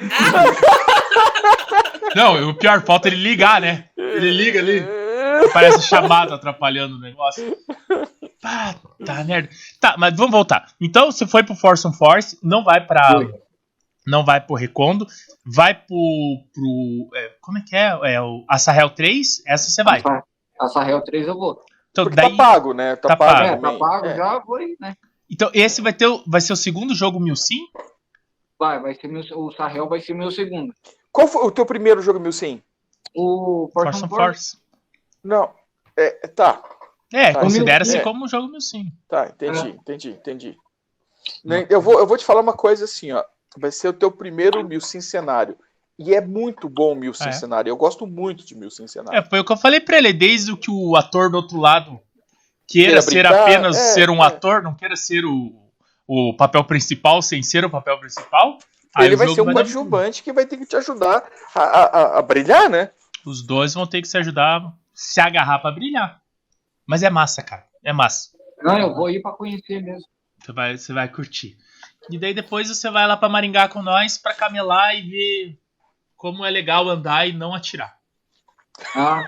Não, o pior, falta ele ligar, né? Ele liga ali. Parece chamado atrapalhando o negócio. Tá merda. Tá, mas vamos voltar. Então, você foi pro Force on Force, não vai pro Recondo, vai pro como é que é? A Sahel 3, essa você vai. A Sahel 3 eu vou. Então, porque daí, tá pago, né? Tá pago. Tá pago, já foi, né? Então, esse vai ser o segundo jogo Milsim? Vai ser o Sahel vai ser meu segundo. Qual foi o teu primeiro jogo Milsim? O Force on Force. Não, tá. Considera-se como um jogo Milsim. Tá, entendi. Eu vou te falar uma coisa assim, ó. Vai ser o teu primeiro Milsim cenário. E é muito bom o Milsim cenário. Eu gosto muito de Milsim cenário. Foi o que eu falei pra ele. Desde que o ator do outro lado queira ser apenas ser um ator, não queira ser o papel principal sem ser o papel principal. Ele vai ser um coadjuvante que vai ter que te ajudar a brilhar, né? Os dois vão ter que se ajudar, se agarrar pra brilhar. Mas é massa, cara. É massa. Não, eu vou ir pra conhecer mesmo. Você vai curtir. E daí depois você vai lá pra Maringá com nós pra camelar e ver como é legal andar e não atirar. Tá.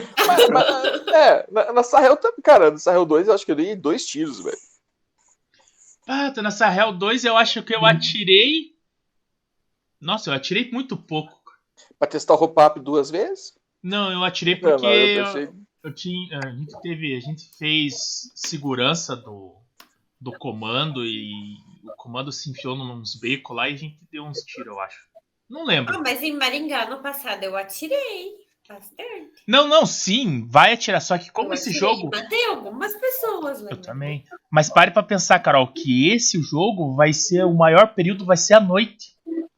Na Sahel, cara, na Sahel 2 eu acho que eu dei 2 tiros, velho. Na Sahel 2 eu acho que eu atirei... Nossa, eu atirei muito pouco. Pra testar o roll-up 2 vezes? Não, eu atirei porque a gente fez segurança do comando e o comando se enfiou nos becos lá e a gente deu uns tiros, eu acho. Não lembro. Mas em Maringá, no passado, eu atirei bastante. Não, sim, vai atirar. Só que como esse jogo... Matei algumas pessoas. Eu também. Mas pare pra pensar, Carol, que esse jogo vai ser o maior período, vai ser à noite.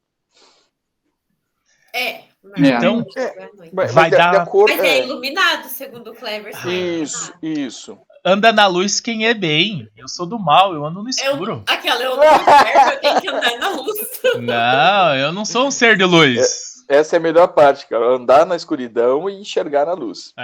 Então, vai dar... Mas é iluminado, segundo o Clever. Isso. Anda na luz quem é bem. Eu sou do mal, eu ando no escuro. Eu tenho que andar na luz. Não, eu não sou um ser de luz. Essa é a melhor parte, cara. Andar na escuridão e enxergar na luz.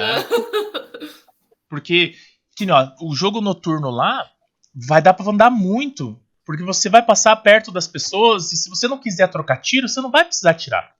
Porque, o jogo noturno lá vai dar pra andar muito. Porque você vai passar perto das pessoas e se você não quiser trocar tiro, você não vai precisar atirar.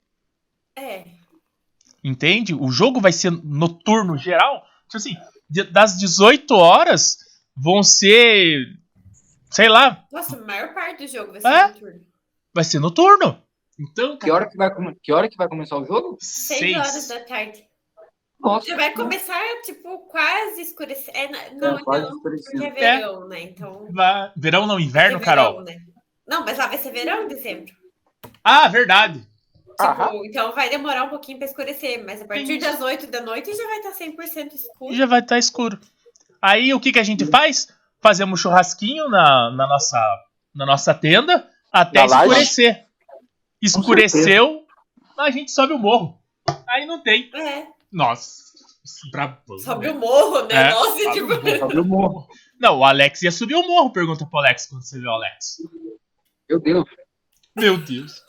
Entende? O jogo vai ser noturno geral. Tipo assim, das 18 horas vão ser... Sei lá. Nossa, a maior parte do jogo vai ser noturno. Vai ser noturno. Então, que hora que vai começar o jogo? 6 horas da tarde. Nossa. Você vai começar, quase escurecer. Quase porque é verão, né? Então... Verão não, inverno, Carol. Né? Não, mas lá vai ser verão em dezembro. Verdade. Então vai demorar um pouquinho pra escurecer, mas a partir das 8 da noite já vai estar 100% escuro. Já vai estar escuro. Aí o que a gente faz? Fazemos um churrasquinho na nossa tenda até escurecer. Escureceu, a gente sobe o morro. Aí não tem. Nossa, brabo. Sobe o morro, né? Nossa, sobe o morro. Não, o Alex ia subir o morro, pergunta pro Alex quando você vê o Alex. Meu Deus.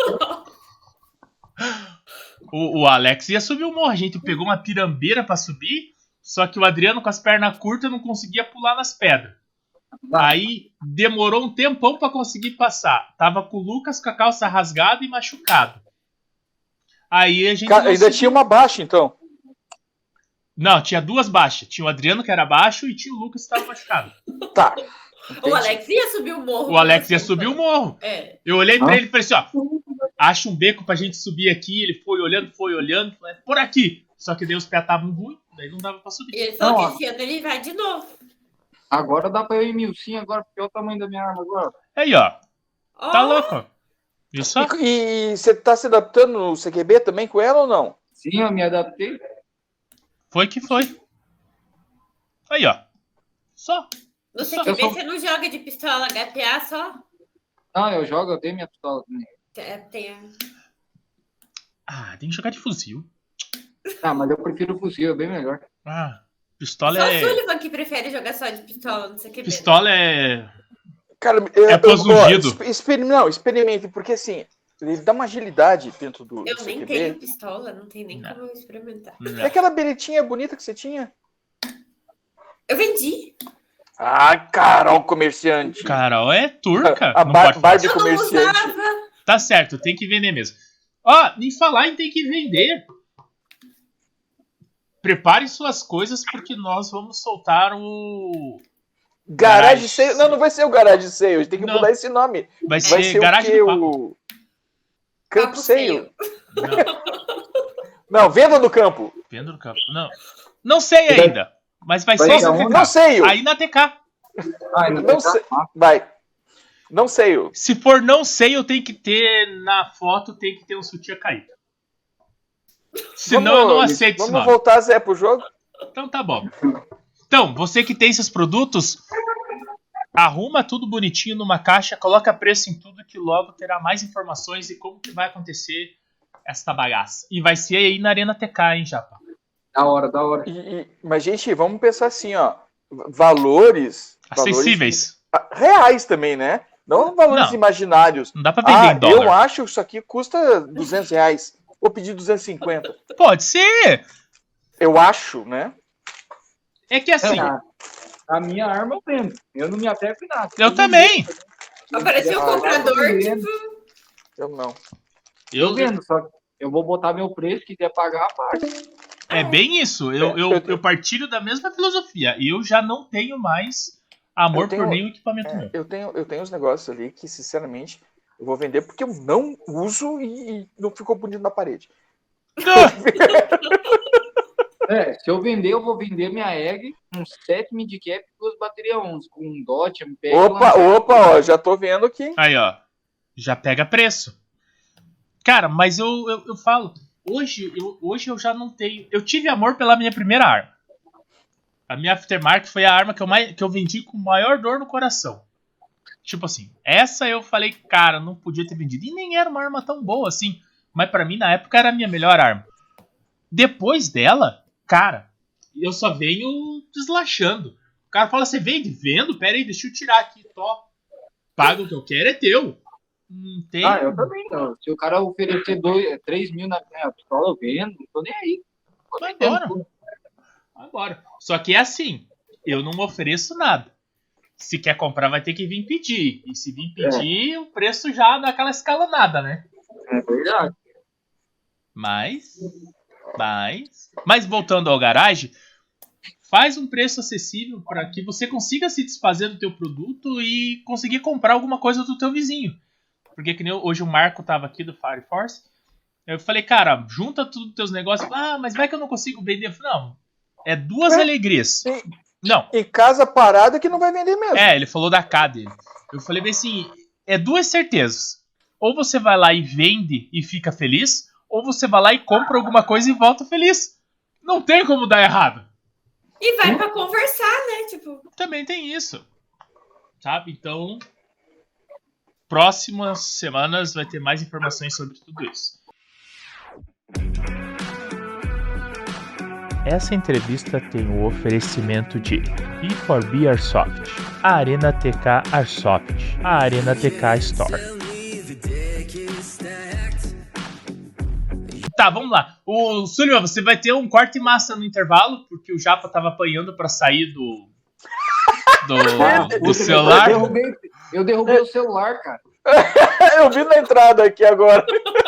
O Alex ia subir o morro. A gente pegou uma pirambeira pra subir, só que o Adriano com as pernas curtas não conseguia pular nas pedras. Aí demorou um tempão pra conseguir passar. Tava com o Lucas com a calça rasgada e machucado. Aí a gente... ainda tinha uma baixa, então? Não, tinha 2 baixas. Tinha o Adriano que era baixo e tinha o Lucas que estava machucado. Tá. Entendi. O Alex ia subir o morro. O Alex ia subir o morro. Eu olhei pra ele e falei assim, acha um beco pra gente subir aqui. Ele foi olhando, falei, por aqui. Só que daí os pés estavam ruins, daí não dava pra subir. E ele falou que esse ano ele vai de novo. Agora dá pra eu ir Milsim agora, porque é o tamanho da minha arma agora. Aí, ó. Tá louco. Isso. E você tá se adaptando no CQB também com ela ou não? Sim, eu me adaptei. Foi que foi. Aí, ó. Só. No CQB você não joga de pistola HPA só? Não, eu jogo, eu tenho minha pistola também. Tem que jogar de fuzil. Mas eu prefiro o fuzil, é bem melhor. Pistola só o Sullivan que prefere jogar só de pistola no CQB. Pistola é... Cara, experimente, porque assim, ele dá uma agilidade dentro do Eu nem CQB. tenho pistola, não tem nem como eu experimentar. E aquela beretinha bonita que você tinha? Eu vendi. Carol comerciante. Carol é turca. A Barbie comerciante. Tá certo, tem que vender mesmo. Nem falar em tem que vender. Prepare suas coisas porque nós vamos soltar o... Garage Sale. Não vai ser o Garage Sale. A gente tem que mudar esse nome. Vai ser Garage do Papo. Campo Sale. Não, Venda do Campo. Venda do Campo. Não sei ainda. Mas vai ser não sei. Aí na TK. Não sei. Vai. Não sei. Se for não sei, eu tenho que ter na foto, tem que ter um sutiã caído. Senão eu não aceito esse nome. Vamos voltar, Zé, pro jogo? Então tá bom. Então, você que tem esses produtos, arruma tudo bonitinho numa caixa, coloca preço em tudo que logo terá mais informações e como que vai acontecer esta bagaça. E vai ser aí na Arena TK, hein, Japa? Da hora. Mas, gente, vamos pensar assim, ó. Valores... acessíveis. Reais também, né? Não valores imaginários. Não dá pra vender em dólar. Eu acho que isso aqui custa R$200. Vou pedir 250. Pode ser. Eu acho, né? É que assim... A minha arma eu vendo. Eu não me apego em nada. Eu também. Apareceu um comprador, tipo... Eu não. Eu vendo, só que eu vou botar meu preço, quiser pagar, paga. É bem isso. Eu partilho da mesma filosofia. E eu já não tenho mais amor por nenhum equipamento meu. Eu tenho uns negócios ali que, sinceramente, eu vou vender porque eu não uso e não ficou bonito na parede. Se eu vender, eu vou vender minha egg, um 7 midcap e 2 baterias 11, com um dot, MPEG. Opa, já tô vendo aqui. Aí, ó. Já pega preço. Cara, mas eu falo, hoje eu já não tenho... Eu tive amor pela minha primeira arma. A minha Aftermarket foi a arma que eu vendi com maior dor no coração. Tipo assim, essa eu falei, cara, não podia ter vendido. E nem era uma arma tão boa assim. Mas pra mim, na época, era a minha melhor arma. Depois dela, cara, eu só venho deslachando. O cara fala, você vende? Vendo? Pera aí, deixa eu tirar aqui, top. Paga o que eu quero, é teu. Não tem... eu também não. Se o cara oferecer 3 mil na pistola, eu vendo, não tô nem aí. Vai embora. Só que é assim, eu não ofereço nada. Se quer comprar, vai ter que vir pedir. E se vir pedir, o preço já dá aquela escalonada, né? É verdade. Mas voltando ao garagem, faz um preço acessível para que você consiga se desfazer do teu produto e conseguir comprar alguma coisa do teu vizinho. Porque que nem hoje o Marco tava aqui do Fire Force. Eu falei, cara, junta tudo os teus negócios. Mas vai que eu não consigo vender. Eu falei, não, é duas alegrias. Não. Em casa parada que não vai vender mesmo. Ele falou da K dele. Eu falei bem assim, é duas certezas. Ou você vai lá e vende e fica feliz, ou você vai lá e compra alguma coisa e volta feliz. Não tem como dar errado. E vai pra conversar, né? Tipo... Também tem isso. Sabe? Então, próximas semanas vai ter mais informações sobre tudo isso. Essa entrevista tem o oferecimento de B4B Airsoft, a Arena TK Airsoft, a Arena TK Store. Tá, vamos lá. O Sullivan, você vai ter um corte massa no intervalo, porque o Japa tava apanhando pra sair do celular. Eu derrubei o celular, cara. Eu vi na entrada aqui agora.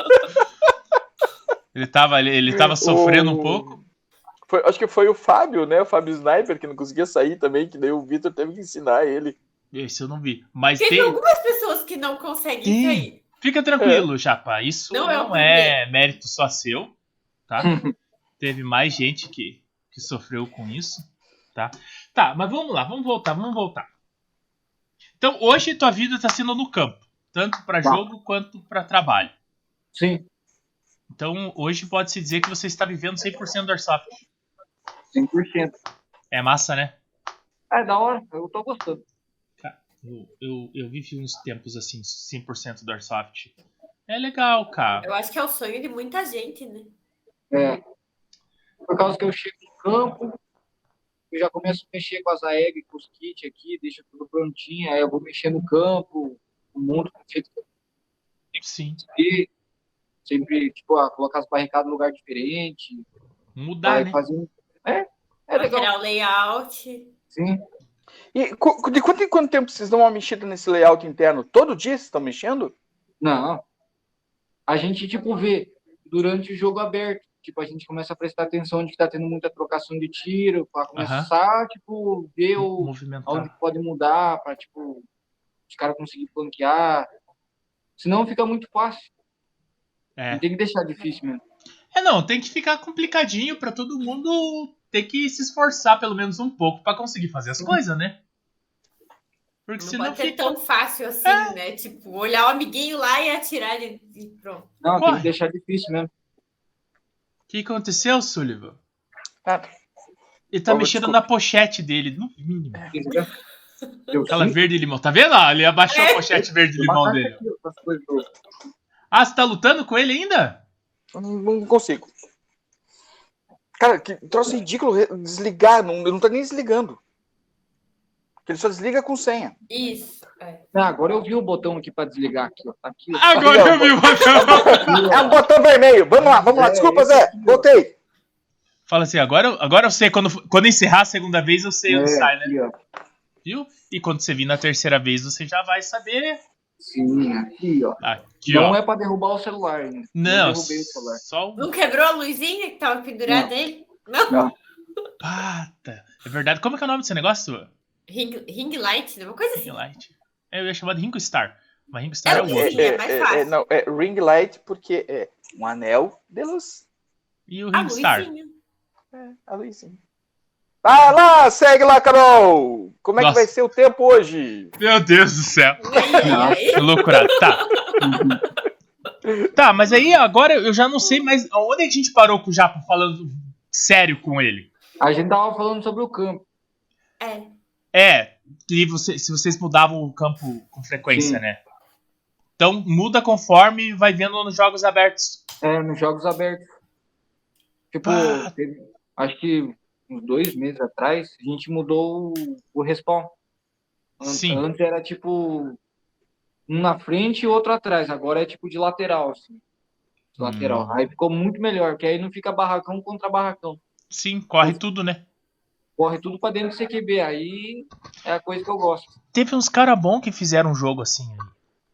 Ele tava sofrendo um pouco. Acho que foi o Fábio, né? O Fábio Sniper, que não conseguia sair também, que daí o Vitor teve que ensinar ele. Esse eu não vi. Mas tem algumas pessoas que não conseguem sair. Fica tranquilo, Japa. Isso não é mérito só seu, tá? Teve mais gente que sofreu com isso, tá? Tá, mas vamos lá, vamos voltar. Então, hoje tua vida tá sendo no campo, tanto para jogo quanto para trabalho. Sim. Então, hoje pode-se dizer que você está vivendo 100% do Airsoft. 100%. É massa, né? É da hora, eu tô gostando. Cara, eu vivi uns tempos assim, 100% do Airsoft. É legal, cara. Eu acho que é o sonho de muita gente, né? É. Por causa que eu chego no campo, eu já começo a mexer com as AEG, com os kits aqui, deixa tudo prontinho, aí eu vou mexer no campo, o mundo feito Sim. e sempre, tipo, colocar as barricadas no lugar diferente. Mudar, Vai né? fazendo. É legal. Alterar o layout. Sim. E de quanto em quanto tempo vocês dão uma mexida nesse layout interno? Todo dia vocês estão mexendo? Não. A gente, tipo, vê durante o jogo aberto. Tipo, a gente começa a prestar atenção onde tá tendo muita trocação de tiro, para começar, tipo, ver onde pode mudar, para tipo, os caras conseguirem flanquear. Senão fica muito fácil. Não tem que deixar difícil mesmo. Não, tem que ficar complicadinho pra todo mundo ter que se esforçar pelo menos um pouco pra conseguir fazer as coisas, né? Porque não senão pode ser fica tão fácil assim, né? Tipo, olhar o amiguinho lá e atirar e pronto. Não, tem que deixar difícil mesmo. O que aconteceu, Sullivan? Nada. Ele tá mexendo na pochete dele, no mínimo. Aquela verde limão. Tá vendo? Ele abaixou a pochete verde limão dele. Ah, você tá lutando com ele ainda? Eu não consigo. Cara, que troço ridículo desligar. Não tá nem desligando. Ele só desliga com senha. Isso. Agora eu vi o botão aqui pra desligar. Aqui, ó. Agora eu vi o botão. É um botão vermelho. Vamos lá. Desculpa, Zé. Voltei. Fala assim, agora eu sei. Quando encerrar a segunda vez, eu sei onde sai, né? Aqui, viu? E quando você vir na terceira vez, você já vai saber. Sim, aqui, ó. Aqui, não ó. é pra derrubar o celular, né? Não, derrubei o celular. só Não quebrou a luzinha que tava pendurada aí? Não. Pata. É verdade. Como é que é o nome desse negócio? Ring light, né? Uma coisa assim. Ring light. Eu ia chamar de Ringo Star. Mas Ringo Star é o outro. É mais fácil. Não, é ring light porque é um anel de luz. E o Ring Star? A luzinha. Vai lá, segue lá, Carol! Como é que vai ser o tempo hoje? Meu Deus do céu. Que loucura. Tá, mas aí agora eu já não sei mais onde a gente parou com o Japa falando sério com ele. A gente tava falando sobre o campo. E se vocês mudavam o campo com frequência, né? Então muda conforme vai vendo nos jogos abertos. Nos jogos abertos. Tipo, acho que uns 2 meses atrás, a gente mudou o respawn. Antes era tipo um na frente e outro atrás. Agora é tipo de lateral, assim. Lateral. Aí ficou muito melhor, porque aí não fica barracão contra barracão. Sim, corre tudo, né? Corre tudo pra dentro do CQB. Aí é a coisa que eu gosto. Teve uns caras bons que fizeram um jogo assim aí.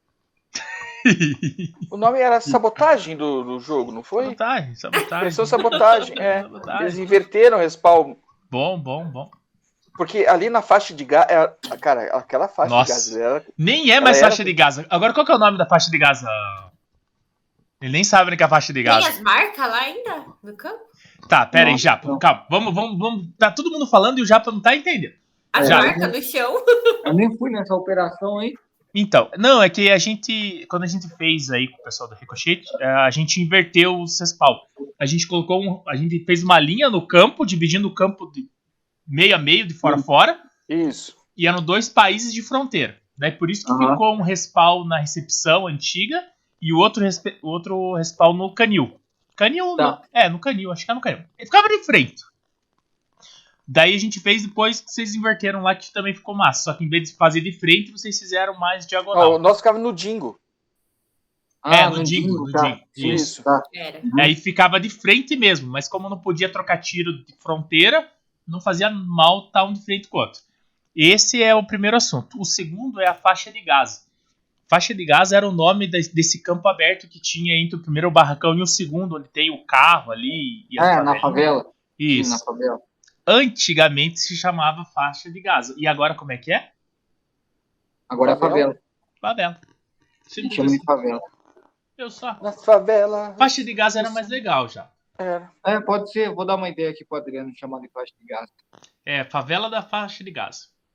O nome era Sabotagem do jogo, não foi? Sabotagem. Pressão Sabotagem, Eles inverteram o respawn. Bom. Porque ali na faixa de gás... Cara, aquela faixa de gás... Nem é mais faixa de gás. Agora, qual que é o nome da faixa de gás? Ele nem sabe que é a faixa de gás. Tem as marcas lá ainda no campo? Tá, pera aí, Japa. Calma, vamos. Tá todo mundo falando e o Japa não tá entendendo. As marcas no chão. Eu nem fui nessa operação aí. Então, não, é que quando a gente fez aí com o pessoal do Ricochet, a gente inverteu o respawn. A gente fez uma linha no campo, dividindo o campo de meio a meio, de fora a fora. Isso. E eram 2 países de fronteira. Daí por isso que ficou um respawn na recepção antiga e o outro respawn no canil. No canil, acho que é no canil. Ele ficava de frente. Daí a gente fez depois que vocês inverteram lá, que também ficou massa. Só que em vez de fazer de frente, vocês fizeram mais diagonal. O nosso ficava no Dingo. No Dingo. Isso. Aí ficava de frente mesmo, mas como não podia trocar tiro de fronteira, não fazia mal estar um de frente com o outro. Esse é o primeiro assunto. O segundo é a faixa de gás. Faixa de gás era o nome desse campo aberto que tinha entre o primeiro barracão e o segundo, onde tem o carro ali. E na favela. Isso. Sim, na favela. Antigamente se chamava faixa de gás. E agora como é que é? Agora é favela. Favela. Chama de favela. Eu só. Na favela. Faixa de gás era mais legal já. Pode ser. Vou dar uma ideia aqui pro Adriano chamar de faixa de gás. Favela da faixa de gás.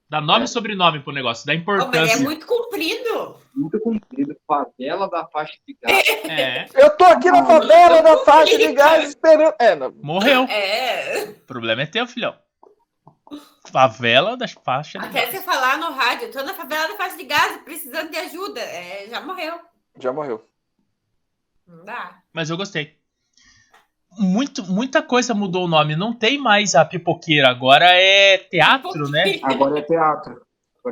Dá nome e sobrenome pro negócio, dá Mas importância. é muito comprido. Muito comprido. Favela da faixa de gás. Eu tô aqui na favela da faixa de gás esperando. Morreu. É. O problema é teu, filhão. Favela das faixas de Até gás. você falar no rádio, tô na favela da faixa de gás, precisando de ajuda. Já morreu. Já morreu. Não dá. Mas eu gostei. Muita coisa mudou o nome. Não tem mais a pipoqueira. Agora é teatro, né? Agora é teatro.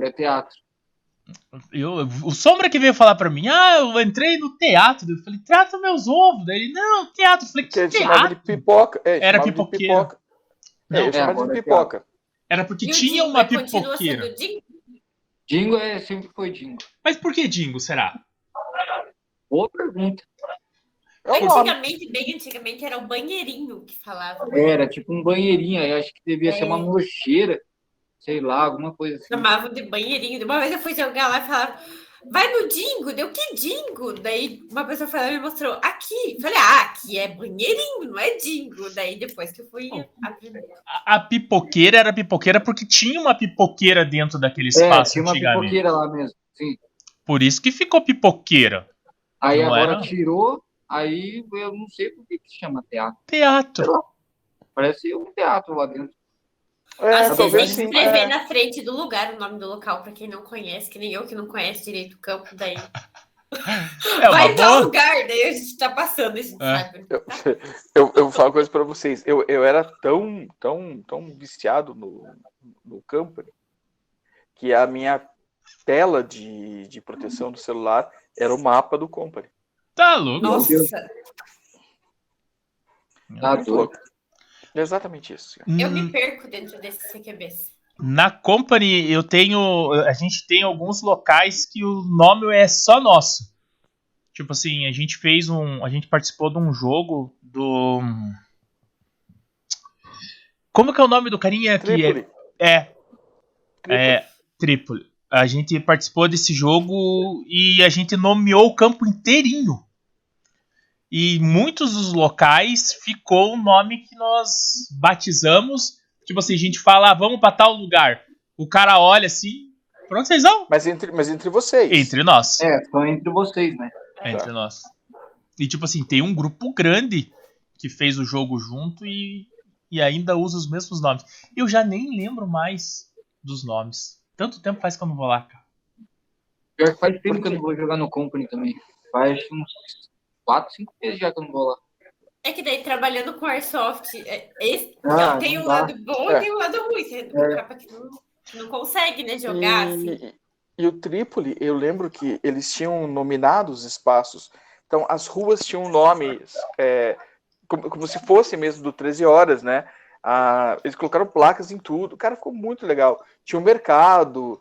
O Sombra que veio falar pra mim, eu entrei no teatro. Eu falei, teatro meus ovos. Daí ele, não, teatro. Eu falei, Que que ele chamava de teatro? pipoca. Era chamava de pipoqueira. pipoca. Não, Eu chamava de agora é pipoca. Era porque E o tinha Dingo, uma continua pipoqueira. sendo Dingo? Dingo sempre foi Dingo. Mas por que Dingo, será? Boa pergunta. É um nome. Antigamente, bem antigamente, era o banheirinho que falava. Era tipo um banheirinho. Eu acho que devia ser uma nojeira. Sei lá, alguma coisa assim. Chamavam de banheirinho. Uma vez eu fui jogar lá e falava, vai no Dingo. Deu que Dingo? Daí uma pessoa foi lá e me mostrou, aqui. Falei, aqui é banheirinho, não é Dingo. Daí depois que eu fui aprender. A pipoqueira era pipoqueira porque tinha uma pipoqueira dentro daquele espaço tinha uma antigamente. pipoqueira lá mesmo. Sim. Por isso que ficou pipoqueira. Aí Não agora era? tirou. Aí eu não sei por que se chama teatro. Teatro. Parece um teatro lá dentro. Às vezes tem talvez que sim. escrever na frente do lugar o nome do local, pra quem não conhece, que nem eu que não conhece direito o campo, daí. É uma Vai em tal boa. lugar, daí a gente tá passando, a gente sabe. Eu vou falar uma coisa pra vocês. Eu era tão viciado no Company que a minha tela de proteção do celular era o mapa do Company. Tá louco. Nossa, Tá Muito doido. louco. É exatamente isso. eu me perco dentro desses CQBs. Na Company a gente tem alguns locais que o nome é só nosso. Tipo assim, a gente participou de um jogo do... Como que é o nome do carinha que Trípoli. Trípoli. A gente participou desse jogo e a gente nomeou o campo inteirinho. E muitos dos locais ficou o nome que nós batizamos. Tipo assim, a gente fala, vamos pra tal lugar. O cara olha assim, pra onde vocês vão? Mas entre vocês. Entre nós. Só entre vocês, né? Entre nós. E tipo assim, tem um grupo grande que fez o jogo junto e ainda usa os mesmos nomes. Eu já nem lembro mais dos nomes. Tanto tempo faz que eu não vou lá, cara. Pior que faz tempo que eu não vou jogar no Company também. Faz uns 4, 5 meses já que eu não vou lá. É que daí, trabalhando com Airsoft, tem não o dá. lado bom e tem o lado ruim. Você acaba que não consegue, né, jogar assim. E o Trípoli, eu lembro que eles tinham nominados espaços. Então, as ruas tinham nomes, como se fosse mesmo do 13 Horas, né? Eles colocaram placas em tudo. Cara, ficou muito legal. Tinha um mercado.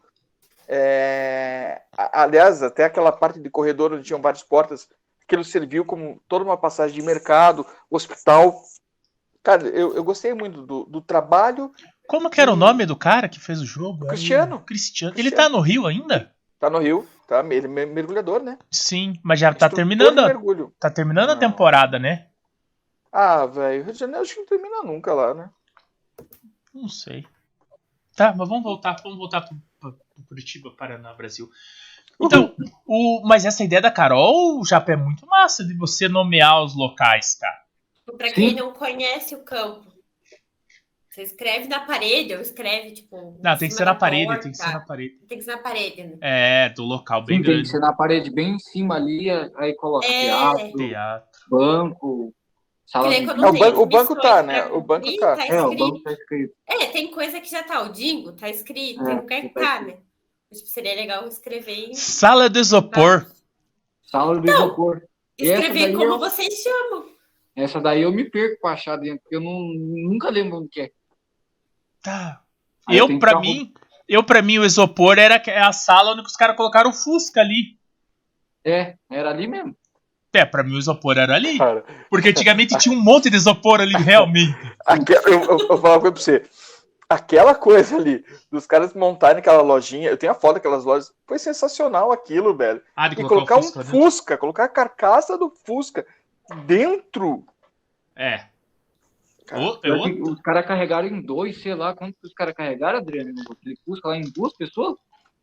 Aliás, até aquela parte de corredor onde tinham várias portas, aquilo serviu como toda uma passagem de mercado, hospital. Cara, eu gostei muito do trabalho. Como que era o nome do cara que fez o jogo? Cristiano. Ele tá no Rio ainda? Tá no Rio, tá? Ele é mergulhador, né? Sim, mas já tá Instrutor terminando. de mergulho. Tá terminando a Não. temporada, né? Velho, Rio de Janeiro acho que não termina nunca lá, né? Não sei. Tá, mas vamos voltar pro Curitiba, Paraná, Brasil. Então, mas essa ideia da Carol, Japa, é muito massa de você nomear os locais, cara. Pra quem não conhece o campo, você escreve na parede ou escreve, tipo... Não, tem que ser na parede, tem que ser na parede. Tem que ser na parede, né? Do local bem Sim, grande. tem que ser na parede bem em cima ali, aí coloca teatro, banco, sala de... O banco tá, né? O banco tá. O banco tá escrito. Tem coisa que já tá, o Dingo tá escrito, tem lugar que tá, né? Tipo, seria legal escrever em... Sala de isopor. Sala de isopor. Escrever como vocês chamam. Essa daí eu me perco pra achar dentro, porque eu nunca lembro onde que é. Tá. Pra mim, o isopor era a sala onde os caras colocaram o Fusca ali. Era ali mesmo. Pra mim o isopor era ali. Cara. Porque antigamente tinha um monte de isopor ali, realmente. Eu vou falar uma coisa pra você. Aquela coisa ali, dos caras montarem aquela lojinha, eu tenho a foto daquelas lojas, foi sensacional aquilo, velho. De e colocar Fusca, um Fusca, colocar a carcaça do Fusca dentro. Os caras carregaram em 2, sei lá, quanto que os caras carregaram, Adriano? Aquele Fusca lá em 2 pessoas?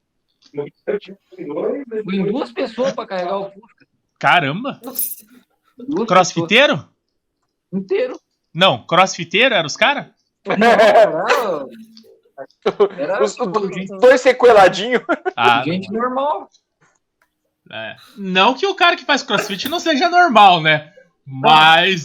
Foi em 2 pessoas pra carregar o Fusca. Caramba! Nossa. Crossfiteiro? Inteiro. Não, crossfiteiro eram os caras? Não, era Os 2 sequeladinhos. gente normal. É. Não que o cara que faz crossfit não seja normal, né? Mas.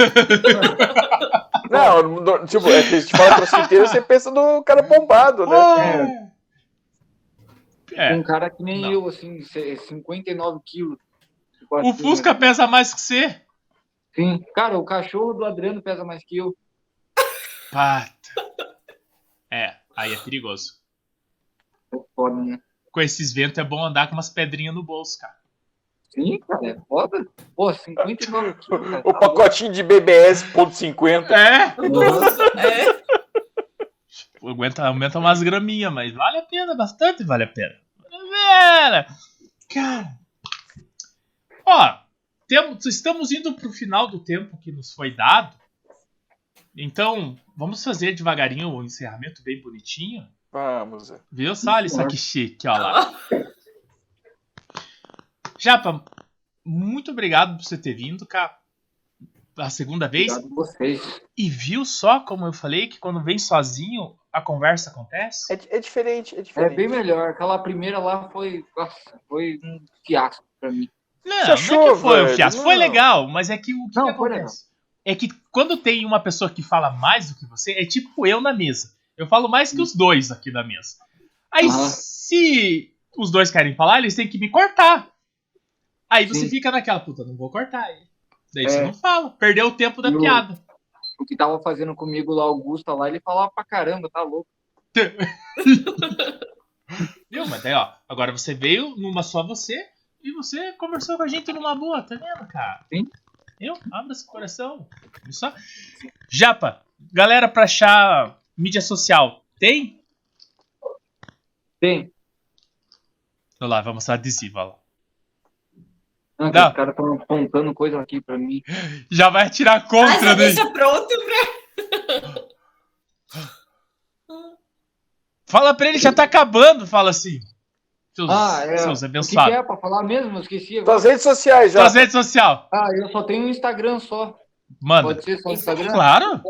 Não, tipo, é que a gente fala crossfiteiro, você pensa no cara bombado, né? Um cara que nem eu, assim, 59 quilos. O Fusca pesa mais que você. Sim. Cara, o cachorro do Adriano pesa mais que eu. Pata. Aí é perigoso. É foda, né? Com esses ventos é bom andar com umas pedrinhas no bolso, cara. Sim, cara, é foda. Pô, 59 quilos, cara. O pacotinho de BBS .50. Nossa, Aumenta umas graminhas, mas vale a pena, bastante vale a pena. Cara. Ó, estamos indo pro final do tempo que nos foi dado. Então, vamos fazer devagarinho o encerramento bem bonitinho. Vamos. Viu, Salles? Isso aqui chique, ó lá. Japa, muito obrigado por você ter vindo, cara. A segunda vez. Obrigado a vocês. E viu só como eu falei que quando vem sozinho a conversa acontece? É diferente. É bem melhor. Aquela primeira lá foi um fiasco pra mim. Não é que foi um fiasco. Foi legal, mas é que o que acontece? É que quando tem uma pessoa que fala mais do que você, é tipo eu na mesa. Eu falo mais que os dois aqui da mesa. Aí se os dois querem falar, eles têm que me cortar. Aí você fica naquela, puta, não vou cortar ele. Daí você não fala. Perdeu o tempo da piada. O que tava fazendo comigo lá, o Augusto lá, ele falava pra caramba, tá louco. Viu? Mas daí, ó, agora você veio numa só você e você conversou com a gente numa boa, tá vendo, cara? Sim. Abra seu coração. Viu só? Japa, galera pra achar mídia social, tem? Tem. Olha lá, vamos mostrar adesivo, olha lá. Os caras estão apontando coisa aqui pra mim. Já vai atirar contra, né? Deixa pronto pra... Fala pra ele, já tá acabando, fala assim. Seus abençoados. O que é pra falar mesmo? Eu esqueci agora. Suas redes sociais, já. Suas redes sociais. Eu só tenho um Instagram só. Manda. Pode ser só Instagram? Claro.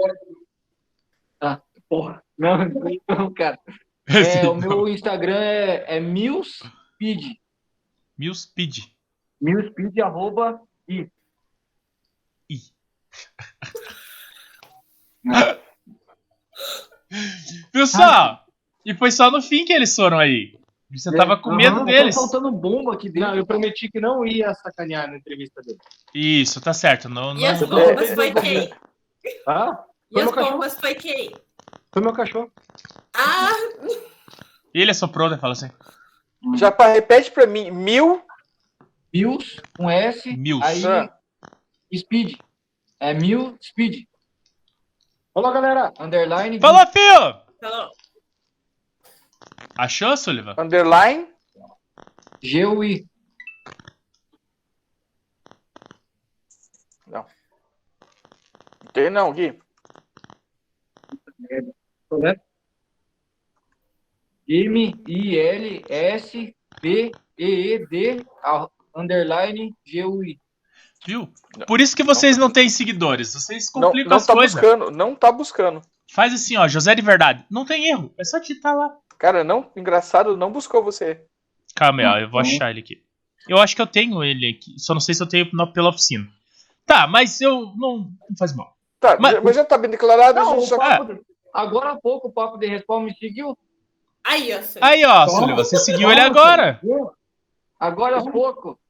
Porra. Não, cara. O meu Instagram é milspeed. Milspeed. Milspeed, @i. Viu só? E foi só no fim que eles foram aí. Você tava com medo deles. Tá faltando bomba aqui dentro. Não, eu prometi que não ia sacanear na entrevista dele. Isso, tá certo. E as bombas foi quem? E as bombas foi quem? Foi meu cachorro. E ele assoprou, né? Fala assim. Já repete pra mim. Mills, com S. Mills. Aí, Speed. É Milspeed. Falou, galera. Underline. Falou, fio! Falou. Achou, Sullivan? Underline. GUI. Não. Não tem não, Gui. MILSPEED underline GUI. Viu? Por isso que vocês não têm seguidores. Vocês complicam as coisas. Não tá buscando. Faz assim, ó, José de Verdade. Não tem erro. É só digitar lá. Cara, engraçado, não buscou você. Calma aí, ó, eu vou achar ele aqui. Eu acho que eu tenho ele aqui. Só não sei se eu tenho pela oficina. Tá, mas eu não faz mal. Tá, mas já tá bem declarado. Não, a gente só... agora há pouco o Papo de Respawn me seguiu. Aí, ó, Sullivan, você seguiu ele agora. Agora há pouco.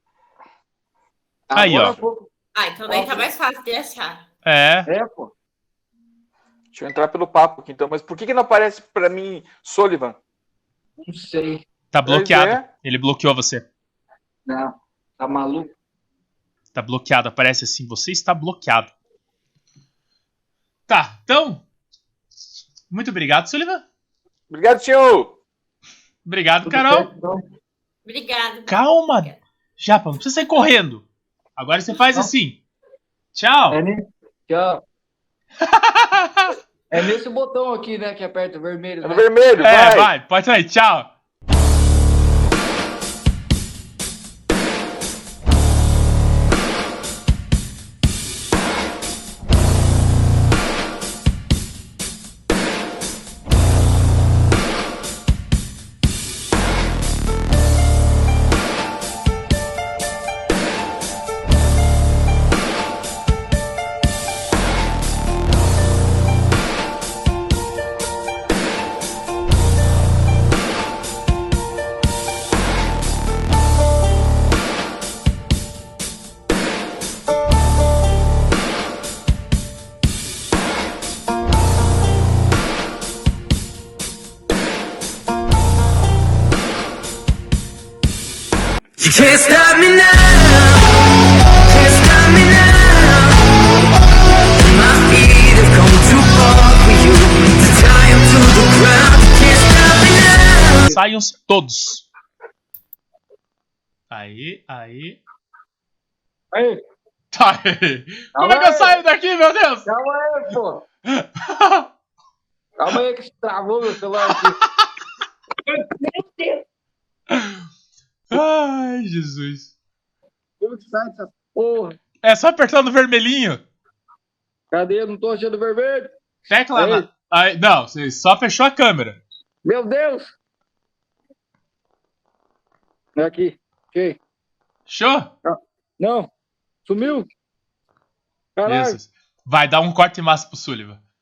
Aí, ó. Então daí tá mais fácil de achar. Pô. Deixa eu entrar pelo papo aqui, então. Mas por que não aparece pra mim Sullivan? Não sei. Tá bloqueado. Ele bloqueou você. Não, tá maluco. Tá bloqueado. Aparece assim, você está bloqueado. Tá, então... Muito obrigado, Sullivan. Obrigado, tio. Obrigado, Carol. Obrigado. Calma. Japa, não precisa sair correndo. Agora você faz assim. Tchau. Tchau. É nesse botão aqui, né, que aperta o vermelho. É no Né? vermelho, vai, pode sair, tchau. You can't stop me now. Can't stop me now. My feet have come too far for you to tie 'em to the ground. You can't stop me now. Saiam todos. Aí. Aí, Tá aí. Como é que eu saio daqui, meu Deus? calma aí, pô. Calma aí que travou meu celular aqui. Meu Deus. Ai, Jesus. Como que sai essa porra? É só apertar no vermelhinho. Cadê? Eu não tô achando vermelho. Tecla na... Aí, não, você só fechou a câmera. Meu Deus. Aqui. Ok. Fechou? Não. Sumiu. Caralho. Isso. Vai dar um corte massa pro Sullivan.